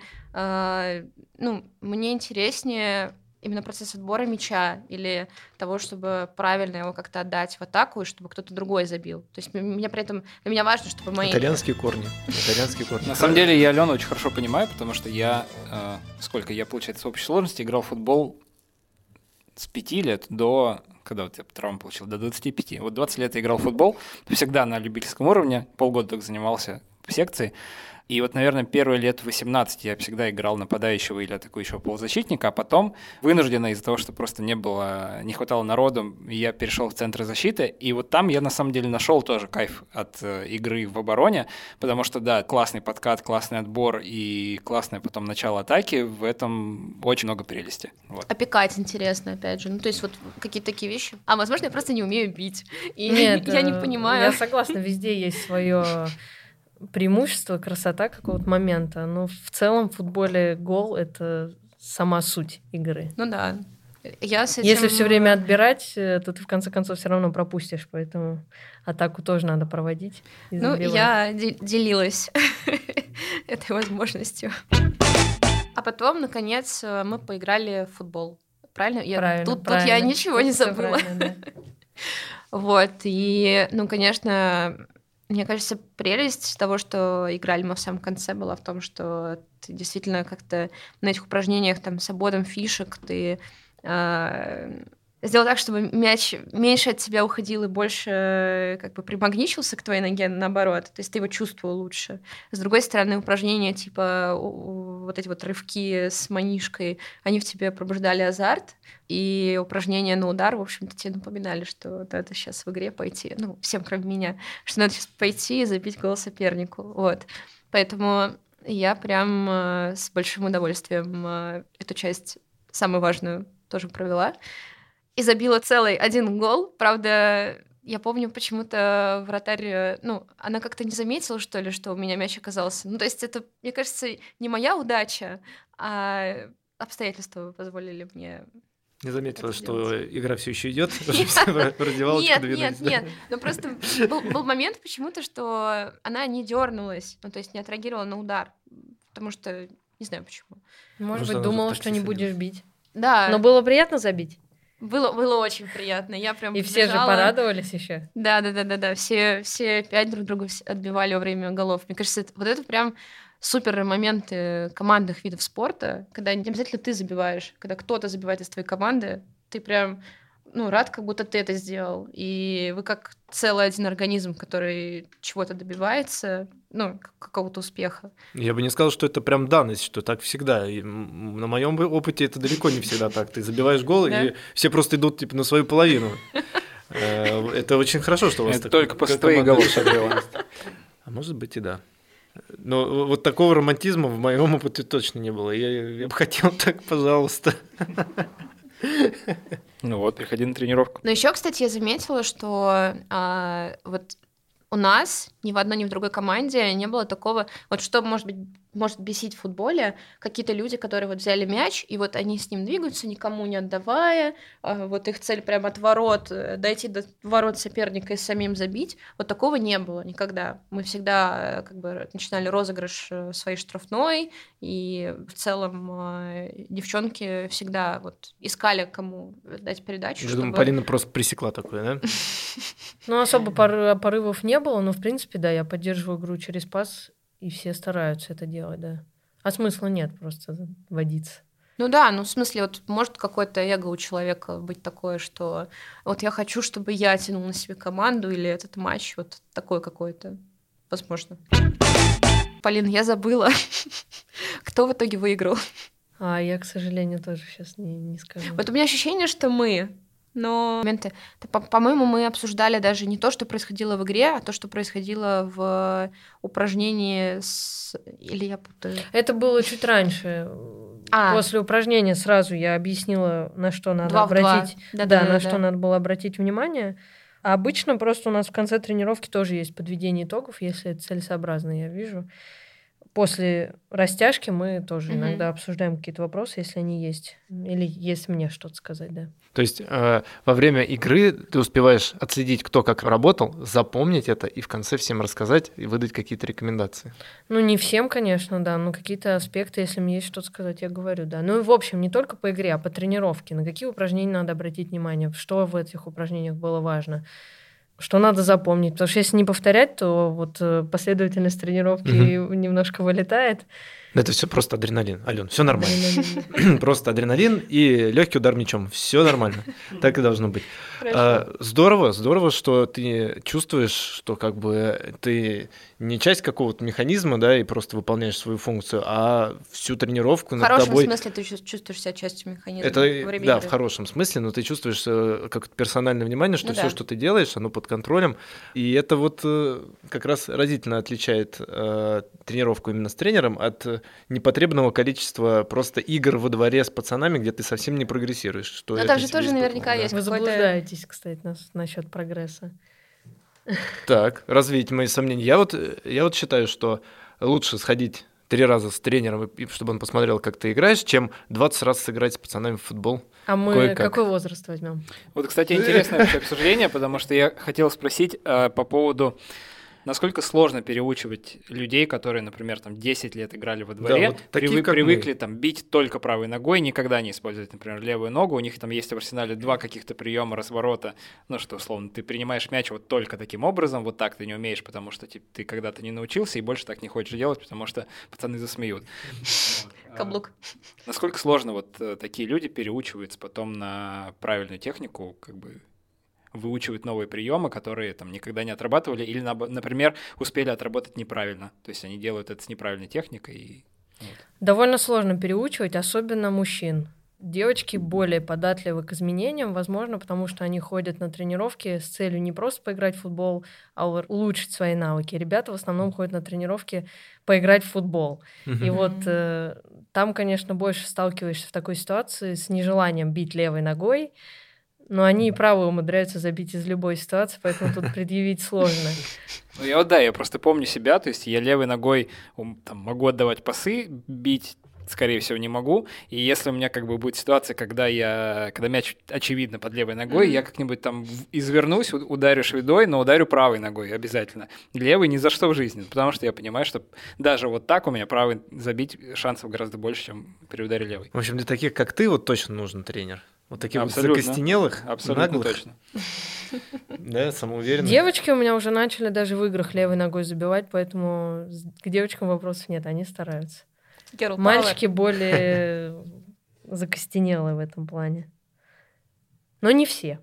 мне интереснее именно процесс отбора мяча или того, чтобы правильно его как-то отдать в атаку, и чтобы кто-то другой забил. То есть для меня важно, чтобы мои... Итальянские корни. На самом деле я Алену очень хорошо понимаю, потому что я, получается, в общей сложности играл в футбол с 5 лет до... Когда вот я травму получил? До 25. Вот 20 лет я играл в футбол, всегда на любительском уровне, полгода только занимался в секции. И вот, наверное, первые лет 18 я всегда играл нападающего или атакующего полузащитника, а потом вынужденно из-за того, что просто не хватало народу, я перешел в центр защиты, и вот там я на самом деле нашел тоже кайф от игры в обороне, потому что, да, классный подкат, классный отбор и классное потом начало атаки, в этом очень много прелести. Вот. Опекать интересно, опять же. Ну, то есть вот какие-то такие вещи. А, возможно, я просто не умею бить. И Нет, я не понимаю. Я согласна, везде есть свое преимущество, красота какого-то момента. Но в целом в футболе гол — это сама суть игры. Ну да. Если все время отбирать, то ты в конце концов все равно пропустишь, поэтому атаку тоже надо проводить. Ну, я делилась этой возможностью. А потом, наконец, мы поиграли в футбол. Правильно? Тут я ничего не забыла. Вот. И, конечно, мне кажется, прелесть того, что играли мы в самом конце, была в том, что ты действительно как-то на этих упражнениях там с обводом фишек ты сделал так, чтобы мяч меньше от тебя уходил и больше как бы примагничился к твоей ноге, наоборот. То есть ты его чувствовал лучше. С другой стороны, упражнения типа вот эти вот рывки с манишкой, они в тебе пробуждали азарт, и упражнения на удар, в общем-то, тебе напоминали, что надо сейчас в игре пойти, всем, кроме меня, что надо сейчас пойти и забить гол сопернику. Вот. Поэтому я прям с большим удовольствием эту часть, самую важную, тоже провела. И забила целый 1 гол. Правда, я помню, почему-то вратарь, она как-то не заметила, что ли, что у меня мяч оказался. То есть это, мне кажется, не моя удача, а обстоятельства позволили мне Не заметила, что игра все еще идет, в раздевалочку двинулись. Нет. Ну просто был момент почему-то, что она не дернулась, ну то есть не отреагировала на удар, потому что не знаю почему. Может быть, думала, что не будешь бить. Да. Но было приятно забить. Было очень приятно. Я прям и все же порадовались еще. Да. Все 5 друг друга отбивали во время голов. Мне кажется, вот это прям супер моменты командных видов спорта, когда не обязательно ты забиваешь, когда кто-то забивает из твоей команды, ты прям рад, как будто ты это сделал. И вы как целый один организм, который чего-то добивается, какого-то успеха. Я бы не сказал, что это прям данность, что так всегда. И на моем опыте это далеко не всегда так. Ты забиваешь гол, и все просто идут на свою половину. Это очень хорошо, что у вас это только после твоих голов было. А может быть и да. Но вот такого романтизма в моем опыте точно не было. Я бы хотел так, пожалуйста. Ну вот, приходи на тренировку. Но еще, кстати, я заметила, что вот у нас ни в одной, ни в другой команде не было такого, вот что может бесить в футболе, какие-то люди, которые вот взяли мяч, и вот они с ним двигаются, никому не отдавая, вот их цель прямо от ворот, дойти до ворот соперника и самим забить, вот такого не было никогда. Мы всегда как бы начинали розыгрыш своей штрафной, и в целом девчонки всегда вот искали, кому дать передачу. Я думаю, Полина просто пресекла такое, да? Ну, особо порывов не было, но, в принципе, да, я поддерживаю игру через пас, и все стараются это делать, да. А смысла нет просто водиться. Ну да, в смысле, вот может какое-то эго у человека быть такое, что вот я хочу, чтобы я тянул на себе команду, или этот матч вот такой какой-то, возможно. Полин, я забыла, кто в итоге выиграл. Я, к сожалению, тоже сейчас не скажу. Вот у меня ощущение, что мы... Но моменты, по-моему, мы обсуждали даже не то, что происходило в игре, а то, что происходило в упражнении Или я путаю? Это было чуть раньше. После упражнения сразу я объяснила, на что надо обратить. Что надо было обратить внимание. А обычно просто у нас в конце тренировки тоже есть подведение итогов, если это целесообразно, я вижу. После растяжки мы тоже иногда обсуждаем какие-то вопросы, если они есть. Или если мне что-то сказать, да. То есть во время игры ты успеваешь отследить, кто как работал, запомнить это и в конце всем рассказать и выдать какие-то рекомендации? Ну, не всем, конечно, да, но какие-то аспекты, если мне есть что-то сказать, я говорю, да. Ну и в общем, не только по игре, а по тренировке. На какие упражнения надо обратить внимание, что в этих упражнениях было важно. Что надо запомнить, потому что если не повторять, то вот последовательность тренировки немножко вылетает. Это все просто адреналин, Алён, все нормально. Просто адреналин и легкий удар мячом, все нормально, так и должно быть. Здорово, что ты чувствуешь, что как бы ты не часть какого-то механизма, да, и просто выполняешь свою функцию, а всю тренировку над тобой. В хорошем смысле ты чувствуешь себя частью механизма. Это, да, в хорошем смысле, но ты чувствуешь как персональное внимание, что все, что ты делаешь, оно под контролем, и это вот как раз разительно отличает тренировку именно с тренером от непотребного количества просто игр во дворе с пацанами, где ты совсем не прогрессируешь. Но там же тоже наверняка есть Вы заблуждаетесь, кстати, насчет прогресса. Так, развеять мои сомнения. Я вот считаю, что лучше сходить 3 раза с тренером, чтобы он посмотрел, как ты играешь, чем 20 раз сыграть с пацанами в футбол. А мы какой возраст возьмем? Вот, кстати, интересное вообще обсуждение, потому что я хотел спросить по поводу... Насколько сложно переучивать людей, которые, например, там 10 лет играли во дворе, да, вот привыкли там бить только правой ногой, никогда не использовать, например, левую ногу, у них там есть в арсенале 2 каких-то приема разворота, что условно ты принимаешь мяч вот только таким образом, вот так ты не умеешь, потому что ты когда-то не научился и больше так не хочешь делать, потому что пацаны засмеют. Каблук. Насколько сложно вот такие люди переучиваются потом на правильную технику, как бы выучивают новые приемы, которые там никогда не отрабатывали, или, например, успели отработать неправильно. То есть они делают это с неправильной техникой. Довольно сложно переучивать, особенно мужчин. Девочки более податливы к изменениям, возможно, потому что они ходят на тренировки с целью не просто поиграть в футбол, а улучшить свои навыки. Ребята в основном ходят на тренировки поиграть в футбол. И вот там, конечно, больше сталкиваешься в такой ситуации с нежеланием бить левой ногой, но они и правую умудряются забить из любой ситуации, поэтому тут предъявить сложно. Я просто помню себя, то есть я левой ногой там, могу отдавать пасы, бить скорее всего, не могу. И если у меня как бы будет ситуация, когда мяч очевидно под левой ногой, я как-нибудь там извернусь, ударю шведой, но ударю правой ногой обязательно. Левой ни за что в жизни, потому что я понимаю, что даже вот так у меня правой забить шансов гораздо больше, чем при ударе левой. В общем, для таких, как ты, вот точно нужен тренер. Вот таких абсолютно. Вот закостенелых, абсолютно наглых. Точно. Да, самоуверенных. Девочки у меня уже начали даже в играх левой ногой забивать, поэтому к девочкам вопросов нет, они стараются. Мальчики более закостенелые в этом плане. Но не все.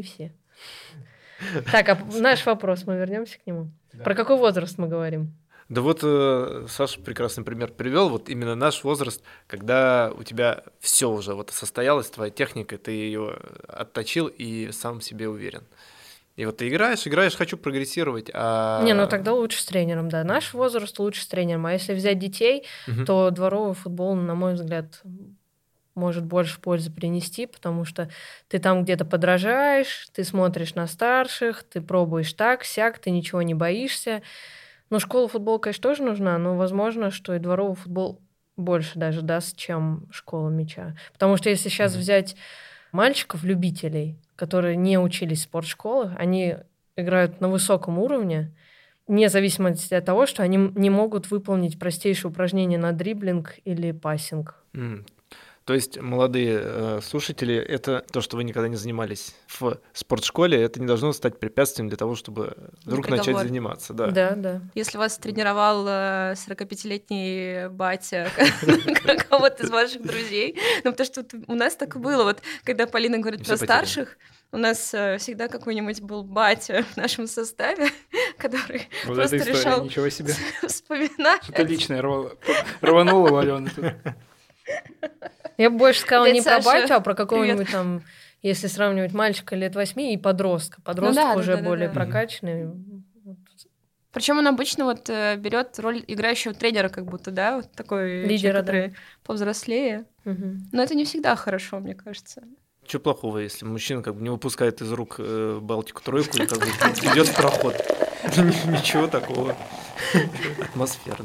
Так, а наш вопрос, мы вернемся к нему. Да. Про какой возраст мы говорим? Да вот Саша прекрасный пример привел. Вот именно наш возраст, когда у тебя все уже вот состоялось, твоя техника, ты ее отточил и сам в себе уверен. И вот ты играешь, хочу прогрессировать. Не, ну тогда лучше с тренером, да. Наш возраст лучше с тренером. А если взять детей, то дворовый футбол, на мой взгляд, может больше пользы принести, потому что ты там где-то подражаешь, ты смотришь на старших, ты пробуешь так, сяк, ты ничего не боишься. Ну, школа футбола, конечно, тоже нужна, но возможно, что и дворовый футбол больше даже даст, чем школа мяча. Потому что если сейчас взять мальчиков-любителей, которые не учились в спортшколах, они играют на высоком уровне, вне зависимости от того, что они не могут выполнить простейшие упражнения на дриблинг или пассинг. То есть, молодые слушатели, это то, что вы никогда не занимались в спортшколе, это не должно стать препятствием для того, чтобы вдруг начать заниматься. Да. Если вас тренировал 45-летний батя кого-то из ваших друзей, ну, потому что у нас так и было, вот когда Полина говорит про старших, у нас всегда какой-нибудь был батя в нашем составе, который вот просто решал ничего себе. Вспоминать. Это личное рвануло у Алены тут. Я бы больше сказала не про батю, а про какого-нибудь там, если сравнивать мальчика лет 8 и подростка. Подросток уже более прокачанный. Причем он обычно вот берет роль играющего тренера, как будто, да, вот такой лидера, который повзрослее. Но это не всегда хорошо, мне кажется. Что плохого, если мужчина как бы не выпускает из рук Балтику-тройку и как бы идет в проход? Ничего такого. Атмосферно.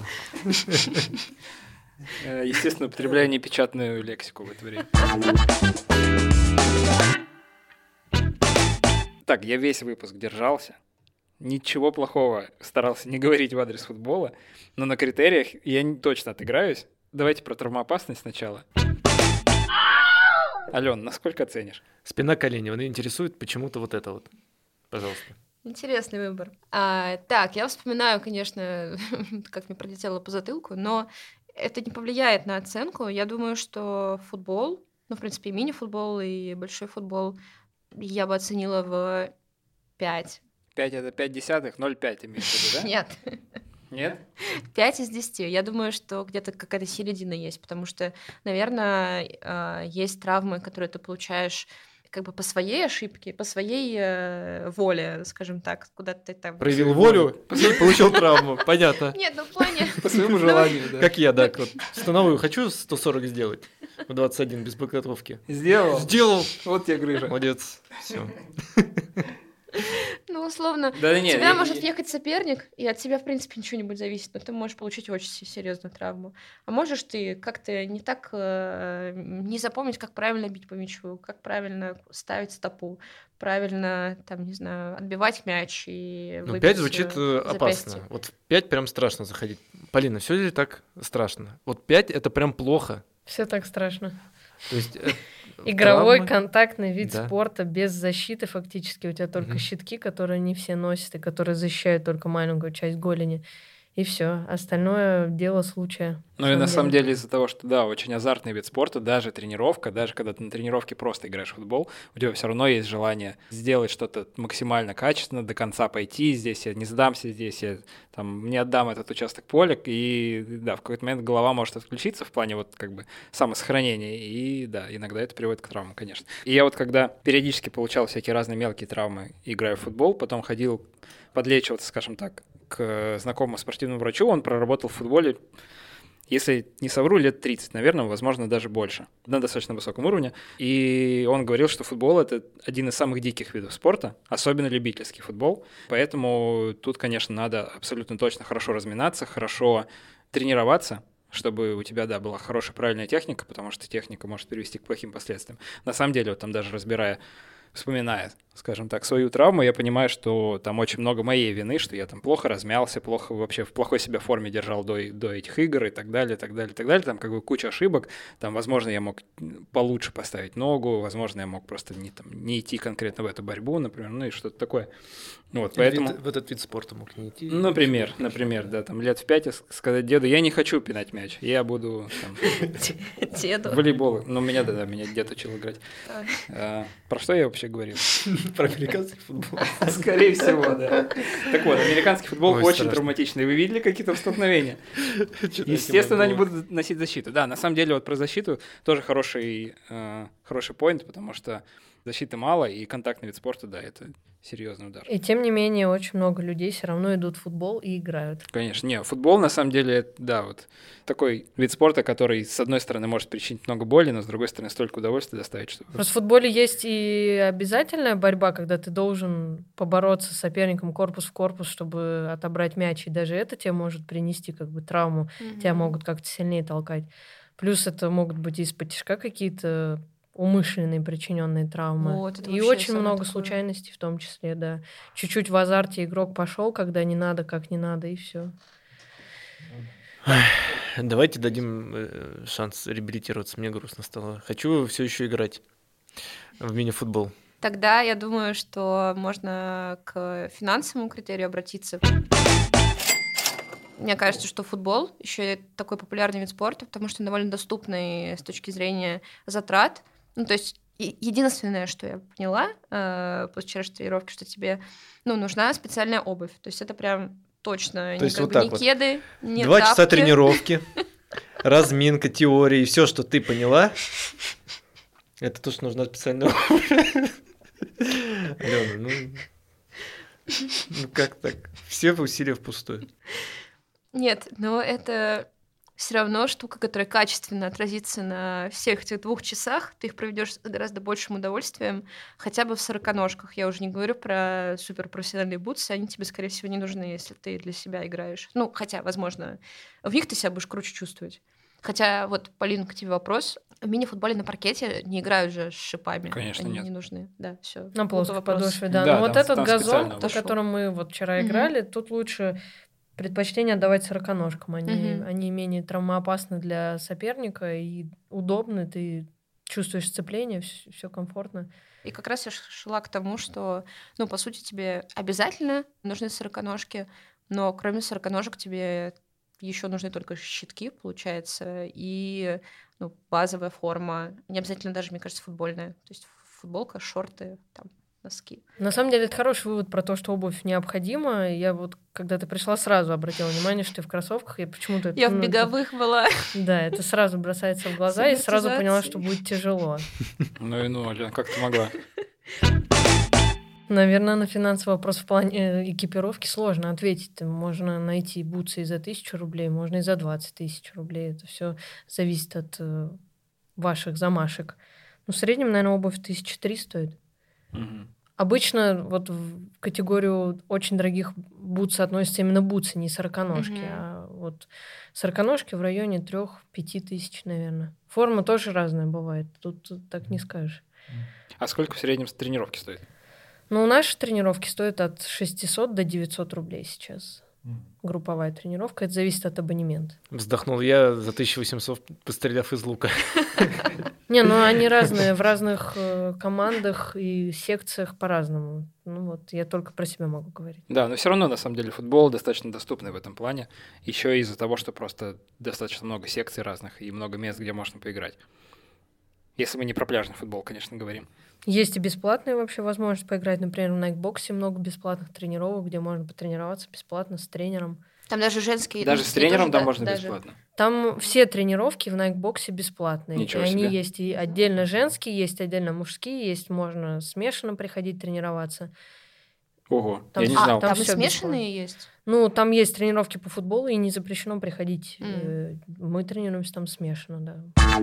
Естественно, употребляя непечатную лексику в это время. Так, я весь выпуск держался. Ничего плохого старался не говорить в адрес футбола, но на критериях я точно отыграюсь. Давайте про травмоопасность сначала. Ален, насколько оценишь? Спина колени. Он интересует почему-то вот это вот. Пожалуйста. Интересный выбор. Так, я вспоминаю, конечно, как мне пролетело по затылку, но это не повлияет на оценку. Я думаю, что футбол, ну, в принципе, и мини-футбол, и большой футбол я бы оценила в 5. 5 — это 5 десятых, 0,5 имеешь в виду, да? Нет. Нет? 5 из 10. Я думаю, что где-то какая-то середина есть, потому что, наверное, есть травмы, которые ты получаешь как бы по своей ошибке, по своей воле, скажем так, куда ты там... Проявил волю, получил травму, понятно. Нет, ну в плане... По своему желанию, да. Как я, да, вот становую хочу 140 сделать в 21 без подготовки. Сделал? Сделал. Вот тебе грыжа. Молодец, все. Ну, условно, да, у тебя может ехать соперник, и от тебя, в принципе, ничего не будет зависеть, но ты можешь получить очень серьезную травму. А можешь ты как-то не так не запомнить, как правильно бить по мячу, как правильно ставить стопу, правильно, там, не знаю, отбивать мяч и выбить 5 звучит запястье. опасно. Вот в 5 прям страшно заходить. Полина, все ли так страшно? Вот 5 это прям плохо. Все так страшно. То есть игровой контактный вид спорта без защиты фактически. У тебя только щитки, которые не все носят, и которые защищают только маленькую часть голени. И все. Остальное дело случая. Ну и на самом деле из-за того, что, да, очень азартный вид спорта, даже тренировка, даже когда ты на тренировке просто играешь в футбол, у тебя все равно есть желание сделать что-то максимально качественно, до конца пойти, здесь я не сдамся, здесь я там не отдам этот участок поля, и да, в какой-то момент голова может отключиться в плане вот как бы самосохранения, и да, иногда это приводит к травмам, конечно. И я вот когда периодически получал всякие разные мелкие травмы, играя в футбол, потом ходил подлечиваться, скажем так, к знакомому спортивному врачу, он проработал в футболе, если не совру, лет 30, наверное, возможно, даже больше, на достаточно высоком уровне. И он говорил, что футбол — это один из самых диких видов спорта, особенно любительский футбол. Поэтому тут, конечно, надо абсолютно точно хорошо разминаться, хорошо тренироваться, чтобы у тебя, да, была хорошая, правильная техника, потому что техника может привести к плохим последствиям. На самом деле, вот там даже вспоминая, скажем так, свою травму, я понимаю, что там очень много моей вины, что я там плохо размялся, вообще в плохой себя форме держал до этих игр и так далее, так далее, так далее. Там как бы куча ошибок. Там, возможно, я мог получше поставить ногу, возможно, я мог просто не идти конкретно в эту борьбу, например, ну и что-то такое. Вот, поэтому... В этот вид спорта мог не идти. Например, да, там лет в 5 сказать деду, я не хочу пинать мяч, я буду в волейбол. Ну, меня дед учил играть. Про что я вообще говорил? Про американский футбол. Скорее всего, да. Так вот, американский футбол очень травматичный. Вы видели какие-то столкновения? Естественно, они будут носить защиту. Да, на самом деле, вот про защиту тоже хороший поинт, потому что защиты мало, и контактный вид спорта, да, это серьезный удар. И тем не менее, очень много людей все равно идут в футбол и играют. Конечно. Не, футбол, на самом деле, да, вот такой вид спорта, который, с одной стороны, может причинить много боли, но, с другой стороны, столько удовольствия доставить, что... Просто в футболе есть и обязательная борьба, когда ты должен побороться с соперником корпус в корпус, чтобы отобрать мяч, и даже это тебе может принести как бы травму, тебя могут как-то сильнее толкать. Плюс это могут быть из-под тишка какие-то умышленные причиненные травмы. Вот, и очень много случайностей в том числе, да. Чуть-чуть в азарте игрок пошел, когда не надо, как не надо, и все. Давайте дадим шанс реабилитироваться. Мне грустно стало. Хочу все еще играть в мини-футбол. Тогда я думаю, что можно к финансовому критерию обратиться. Мне кажется, что футбол еще и такой популярный вид спорта, потому что он довольно доступный с точки зрения затрат. Ну, то есть единственное, что я поняла после вчерашней тренировки, что тебе нужна специальная обувь. То есть это прям точно то есть вот так не кеды, не 2 тапки. часа тренировки, разминка, теория, и все, что ты поняла, это то, что нужна специальная обувь. Алена, ну как так? Все усилия впустую. Нет, но это все равно штука, которая качественно отразится на всех этих 2 часах. Ты их проведешь с гораздо большим удовольствием, хотя бы в 40-ножках. Я уже не говорю про суперпрофессиональные бутсы, они тебе, скорее всего, не нужны, если ты для себя играешь. Ну, хотя, возможно, в них ты себя будешь круче чувствовать. Хотя, вот, Полин, к тебе вопрос. В мини-футболе на паркете не играют же с шипами. Конечно, они нет. не нужны. Да, все. На плоской подошве, да. Да, Но вот там этот газон, специально по которому мы вот вчера играли, тут лучше предпочтение отдавать 40-ножкам. Они менее травмоопасны для соперника и удобны, ты чувствуешь сцепление, все комфортно. И как раз я шла к тому, что, по сути, тебе обязательно нужны 40-ножки, но кроме 40-ножек тебе еще нужны только щитки, получается, и базовая форма. Не обязательно даже, мне кажется, футбольная. То есть футболка, шорты, там, носки. На самом деле, это хороший вывод про то, что обувь необходима. Я вот, когда ты пришла, сразу обратила внимание, что ты в кроссовках. Я почему-то... Я в беговых была. Да, это сразу бросается в глаза, и сразу поняла, что будет тяжело. Алена, как ты могла? Наверное, на финансовый вопрос в плане экипировки сложно ответить. Можно найти бутсы и за 1000 рублей, можно и за 20 000 рублей. Это все зависит от ваших замашек. В среднем, наверное, обувь 1300 стоит. Обычно вот в категорию очень дорогих бутс относятся именно бутсы, не 40-ножки. А вот 40-ножки в районе 3-5 тысяч, наверное. Форма тоже разная бывает. Тут так не скажешь. А сколько в среднем тренировки стоит? Наши тренировки стоят от 600 до 900 рублей сейчас. Групповая тренировка. Это зависит от абонемента. Вздохнул я за 1800, постреляв из лука. Не, они разные. В разных командах и секциях по-разному. Я только про себя могу говорить. Да, но все равно, на самом деле, футбол достаточно доступный в этом плане. Еще из-за того, что просто достаточно много секций разных и много мест, где можно поиграть. Если мы не про пляжный футбол, конечно, говорим. Есть и бесплатная вообще возможность поиграть. Например, в Найкбоксе много бесплатных тренировок, где можно потренироваться бесплатно с тренером. Там даже женские... Даже с тренером там можно бесплатно? Там все тренировки в Найкбоксе бесплатные. Ничего себе. Они есть и отдельно женские, есть отдельно мужские, есть можно смешанно приходить тренироваться. Ого, я не знал. Там и смешанные есть? Там есть тренировки по футболу, и не запрещено приходить. Мы тренируемся там смешанно, да.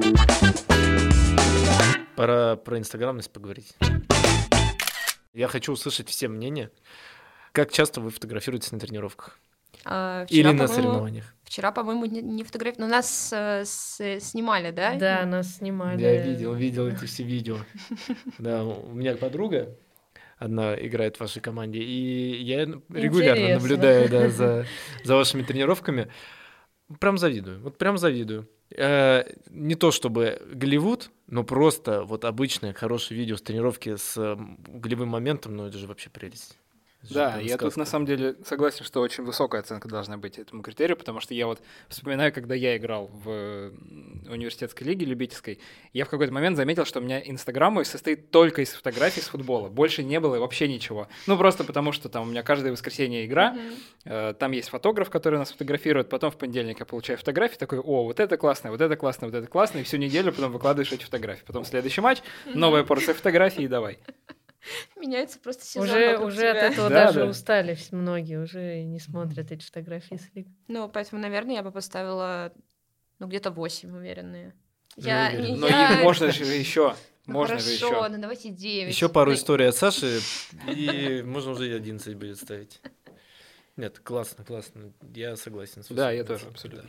Пора про инстаграмность поговорить. Я хочу услышать все мнения. Как часто вы фотографируетесь на тренировках? Вчера, или на соревнованиях? Вчера, по-моему, не фотографировали, но нас снимали, да? Да, нас снимали. Я видел эти все видео. Да, у меня подруга одна играет в вашей команде, и я регулярно наблюдаю за вашими тренировками. Прям завидую, прям завидую. Не то чтобы Голливуд, но просто вот обычное хорошее видео с тренировки с голевым моментом, это же вообще прелесть. Да, я тут на самом деле согласен, что очень высокая оценка должна быть этому критерию, потому что я вспоминаю, когда я играл в университетской лиге любительской, я в какой-то момент заметил, что у меня Инстаграм мой состоит только из фотографий с футбола, больше не было вообще ничего. Просто потому что там у меня каждое воскресенье игра, там есть фотограф, который нас фотографирует, потом в понедельник я получаю фотографии, такой: вот это классно, вот это классно, вот это классно, и всю неделю потом выкладываешь эти фотографии. Потом следующий матч, новая порция фотографий, и давай. Меняется просто сезон. Уже от этого даже устали многие, уже не смотрят эти фотографии с лиг. Поэтому, наверное, я бы поставила где-то 8, уверенные. Но можно же еще. Хорошо, давайте 9. Еще пару историй от Саши, и можно уже и 11 будет ставить. Нет, классно. Я согласен. Да, я тоже, абсолютно.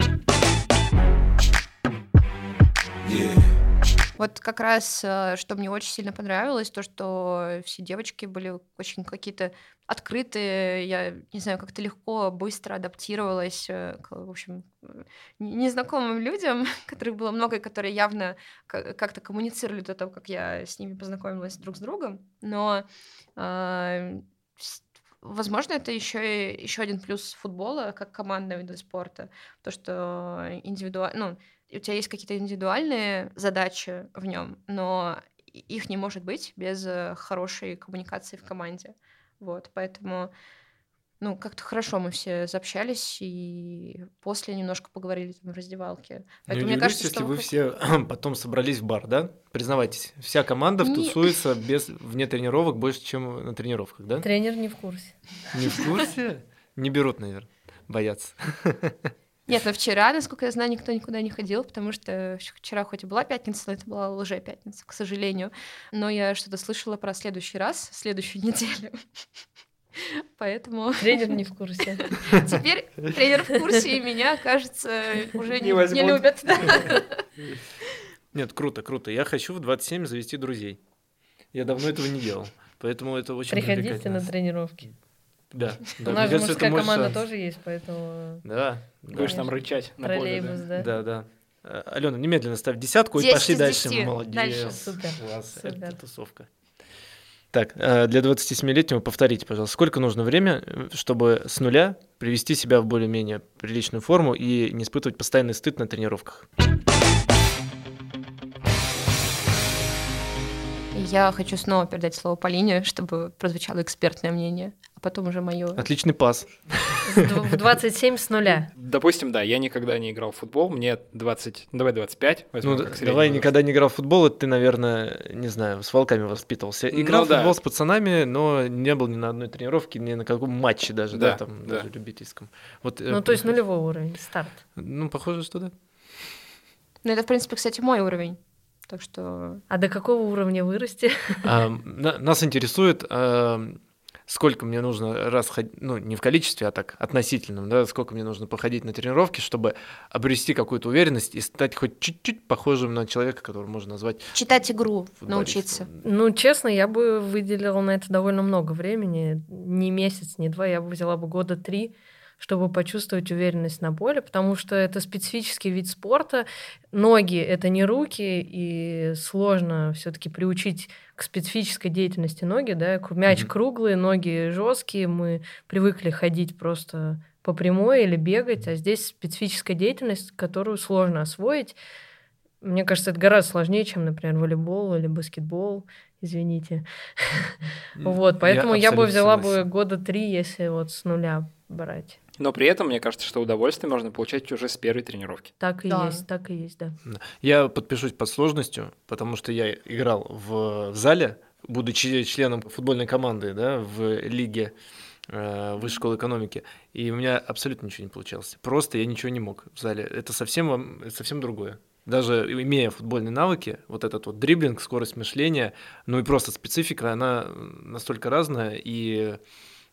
Вот как раз, что мне очень сильно понравилось, то, что все девочки были очень какие-то открытые, я не знаю, как-то легко, быстро адаптировалась к, в общем, незнакомым людям, которых было много, и которые явно как-то коммуницировали до того, как я с ними познакомилась друг с другом. Но, возможно, это еще один плюс футбола как командного вида спорта, то, что индивидуально... у тебя есть какие-то индивидуальные задачи в нем, но их не может быть без хорошей коммуникации в команде. Поэтому, как-то хорошо мы все заобщались и после немножко поговорили там в раздевалке. Поэтому мне кажется, если вы все потом собрались в бар, да? Признавайтесь, вся команда тусуется вне тренировок больше, чем на тренировках, да? Тренер не в курсе. Не в курсе? Не берут, наверное, боятся. Нет, но вчера, насколько я знаю, никто никуда не ходил, потому что вчера хоть и была пятница, но это была лже-пятница, к сожалению. Но я что-то слышала про следующую неделю. Поэтому... Тренер не в курсе. Теперь тренер в курсе, и меня, кажется, уже не любят. Нет, круто. Я хочу в 27 завести друзей. Я давно этого не делал, поэтому это очень привлекательно. Приходите на тренировки. Да. У нас же мужская команда тоже есть, поэтому... Да. Будешь там рычать на поле. Да. Алена, немедленно ставь 10 и пошли дальше. Молодец. Дальше. Супер. Класс, это тусовка. Так, для 27-летнего повторите, пожалуйста, сколько нужно время, чтобы с нуля привести себя в более-менее приличную форму и не испытывать постоянный стыд на тренировках? Я хочу снова передать слово Полине, чтобы прозвучало экспертное мнение, а потом уже мое. Отличный пас. В 27 с нуля. Допустим, да, я никогда не играл в футбол, мне 25. Давай никогда не играл в футбол, это ты, наверное, не знаю, с волками воспитывался. Играл в футбол с пацанами, но не был ни на одной тренировке, ни на каком матче даже, даже любительском. То есть нулевой уровень, старт. Похоже, что да. Это, в принципе, кстати, мой уровень. Так что... А до какого уровня вырасти? Нас интересует, сколько мне нужно раз ходить, не в количестве, а так относительном, да, сколько мне нужно походить на тренировки, чтобы обрести какую-то уверенность и стать хоть чуть-чуть похожим на человека, которого можно назвать... Читать игру, научиться. Честно, я бы выделила на это довольно много времени. Не месяц, не 2, я бы взяла бы 3 года, чтобы почувствовать уверенность на поле, потому что это специфический вид спорта. Ноги — это не руки, и сложно все-таки приучить к специфической деятельности ноги. Да? Мяч круглый, ноги жесткие, мы привыкли ходить просто по прямой или бегать, а здесь специфическая деятельность, которую сложно освоить. Мне кажется, это гораздо сложнее, чем, например, волейбол или баскетбол. Извините. Поэтому я бы взяла 3 года, если с нуля брать. Но при этом, мне кажется, что удовольствие можно получать уже с первой тренировки. Так и есть, да. Я подпишусь под сложностью, потому что я играл в зале, будучи членом футбольной команды, да, в лиге высшей школы экономики, и у меня абсолютно ничего не получалось. Просто я ничего не мог в зале. Это совсем другое. Даже имея футбольные навыки, этот дриблинг, скорость мышления, и просто специфика, она настолько разная, и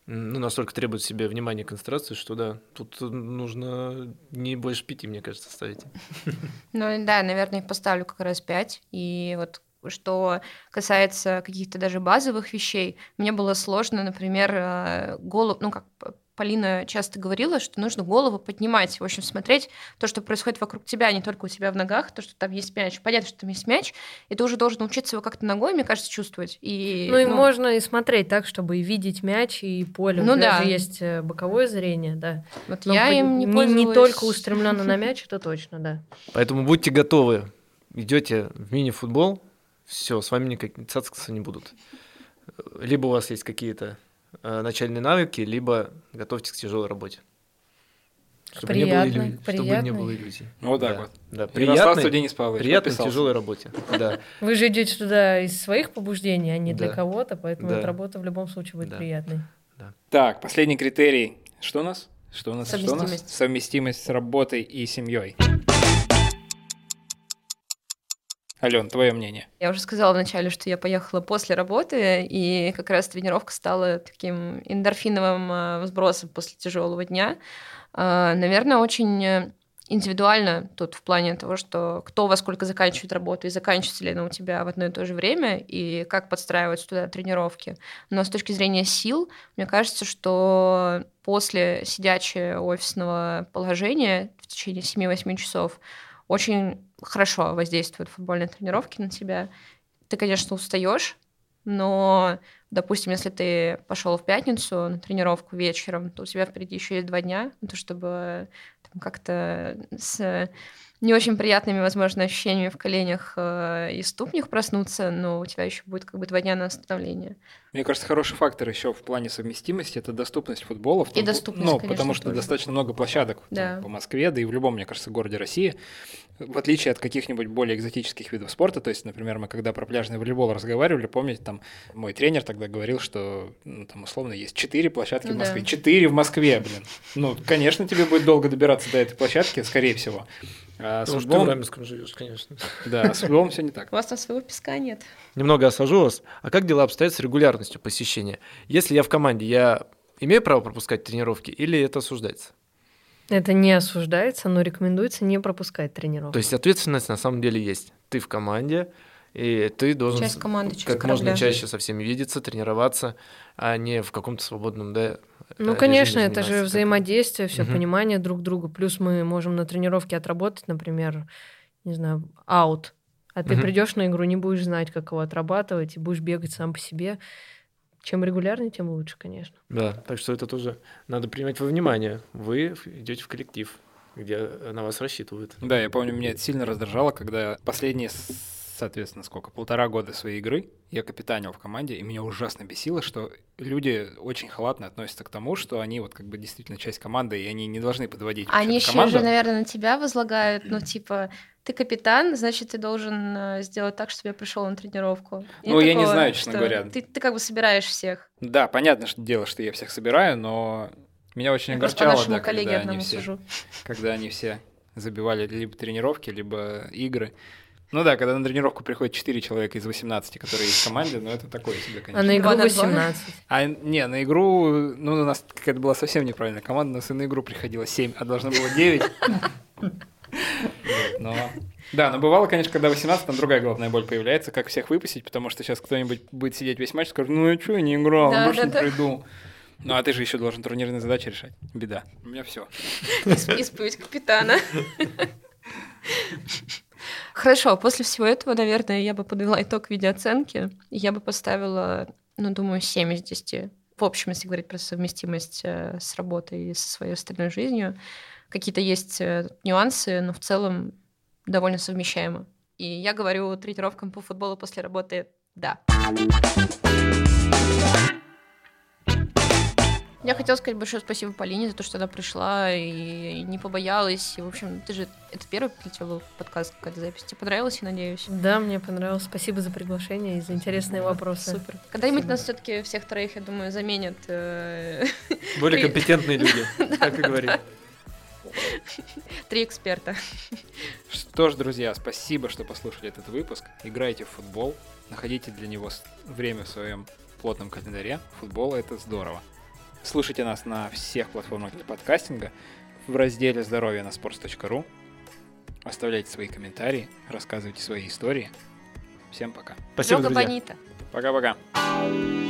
настолько требует себе внимания и концентрации, что да, тут нужно не больше 5, мне кажется, ставить. Ну да, наверное, их поставлю как раз 5. И вот что касается каких-то даже базовых вещей, мне было сложно, например, голову, как Полина часто говорила, что нужно голову поднимать, в общем, смотреть то, что происходит вокруг тебя, не только у тебя в ногах, то, что там есть мяч. Понятно, что там есть мяч, и ты уже должен учиться его как-то ногой, мне кажется, чувствовать. И можно и смотреть так, чтобы и видеть мяч, и поле. У тебя же есть боковое зрение, да. Вот я им не пользуюсь. Не только устремленно на мяч, это точно, да. Поэтому будьте готовы. Идете в мини-футбол, все, с вами никакие цацкаться не будут. Либо у вас есть какие-то начальные навыки, либо готовьтесь к тяжелой работе. Чтобы не было иллюзий. Вот так вот. Да, приятной, Денис Павлович, приятной тяжелой работе. Да. Вы же идете туда из своих побуждений, а не для кого-то, поэтому эта работа в любом случае будет приятной. Да. Так, последний критерий. Что у нас? Совместимость с работой и семьей. Алён, твое мнение? Я уже сказала вначале, что я поехала после работы, и как раз тренировка стала таким эндорфиновым сбросом после тяжелого дня. Наверное, очень индивидуально тут в плане того, что кто во сколько заканчивает работу, и заканчивается ли она у тебя в одно и то же время, и как подстраиваются туда тренировки. Но с точки зрения сил, мне кажется, что после сидячего офисного положения в течение 7-8 часов очень хорошо воздействуют футбольные тренировки на тебя. Ты, конечно, устаешь, но, допустим, если ты пошел в пятницу на тренировку вечером, то у тебя впереди еще есть 2 дня, на то, чтобы там, как-то с не очень приятными, возможно, ощущениями в коленях и ступнях проснуться, но у тебя еще будет 2 дня на восстановление. Мне кажется, хороший фактор еще в плане совместимости — это доступность футбола. И доступность, конечно, потому что тоже. Достаточно много площадок по Москве, да и в любом, мне кажется, городе России. В отличие от каких-нибудь более экзотических видов спорта, то есть, например, мы когда про пляжный волейбол разговаривали, помните, там мой тренер тогда говорил, что там условно есть 4 площадки в Москве. 4 в Москве, блин. Конечно, тебе будет долго добираться до этой площадки, скорее всего. Потому что ты в Раменском живешь, конечно. Да, с футболом все не так. У вас там своего песка нет. Немного осажу вас. А как дела обстоят с регулярностью посещения? Если я в команде, я имею право пропускать тренировки или это осуждается? Это не осуждается, но рекомендуется не пропускать тренировки. То есть ответственность на самом деле есть. Ты в команде, и ты должен часть команды, часть как корабля. можно чаще со всеми видеться, тренироваться, а не в каком-то свободном конечно, это же взаимодействие, все понимание друг друга. Плюс мы можем на тренировке отработать, например, не знаю, аут. А ты придешь на игру, не будешь знать, как его отрабатывать, и будешь бегать сам по себе. Чем регулярнее, тем лучше, конечно. Да, так что это тоже надо принимать во внимание. Вы идете в коллектив, где на вас рассчитывают. Да, я помню, меня это сильно раздражало, когда последние, соответственно, 1,5 года своей игры я капитанил в команде, и меня ужасно бесило, что люди очень халатно относятся к тому, что они вот как бы действительно часть команды, и они не должны подводить они еще же, наверное, на тебя возлагают, ты капитан, значит, ты должен сделать так, чтобы я пришел на тренировку. Я не знаю, честно говоря. Ты как бы собираешь всех. Да, понятно, что дело, что я всех собираю, но меня очень огорчало, когда они все забивали либо тренировки, либо игры. Когда на тренировку приходит 4 человека из 18, которые есть в команде, это такое себе, конечно. А на игру 18? На игру, у нас какая-то была совсем неправильная команда, у нас и на игру приходило 7, а должно было 9. Но бывало, конечно, когда 18, там другая головная боль появляется, как всех выпустить, потому что сейчас кто-нибудь будет сидеть весь матч и скажет, я что, я не играл, больше не приду. А ты же еще должен турнирные задачи решать. Беда. У меня все. Исповедь капитана. Хорошо, после всего этого, наверное, я бы подвела итог в виде оценки. Я бы поставила, думаю, 7 из 10. В общем, если говорить про совместимость с работой и со своей остальной жизнью. Какие-то есть нюансы, но в целом довольно совмещаемо. И я говорю тренировкам по футболу после работы «да». Я хотела сказать большое спасибо Полине за то, что она пришла и не побоялась. И, в общем, это первый для тебя был подкаст, какая-то запись. Тебе понравилось, я надеюсь? Да, мне понравилось. Спасибо за приглашение и за интересные вопросы. Супер. Когда-нибудь нас все-таки всех троих, я думаю, заменят. Более компетентные люди, так и говори. 3 эксперта. Что ж, друзья, спасибо, что послушали этот выпуск. Играйте в футбол, находите для него время в своем плотном календаре. Футбол — это здорово. Слушайте нас на всех платформах для подкастинга, в разделе «Здоровье» на sports.ru. Оставляйте свои комментарии, рассказывайте свои истории. Всем пока. Спасибо, друзья. Пока-пока.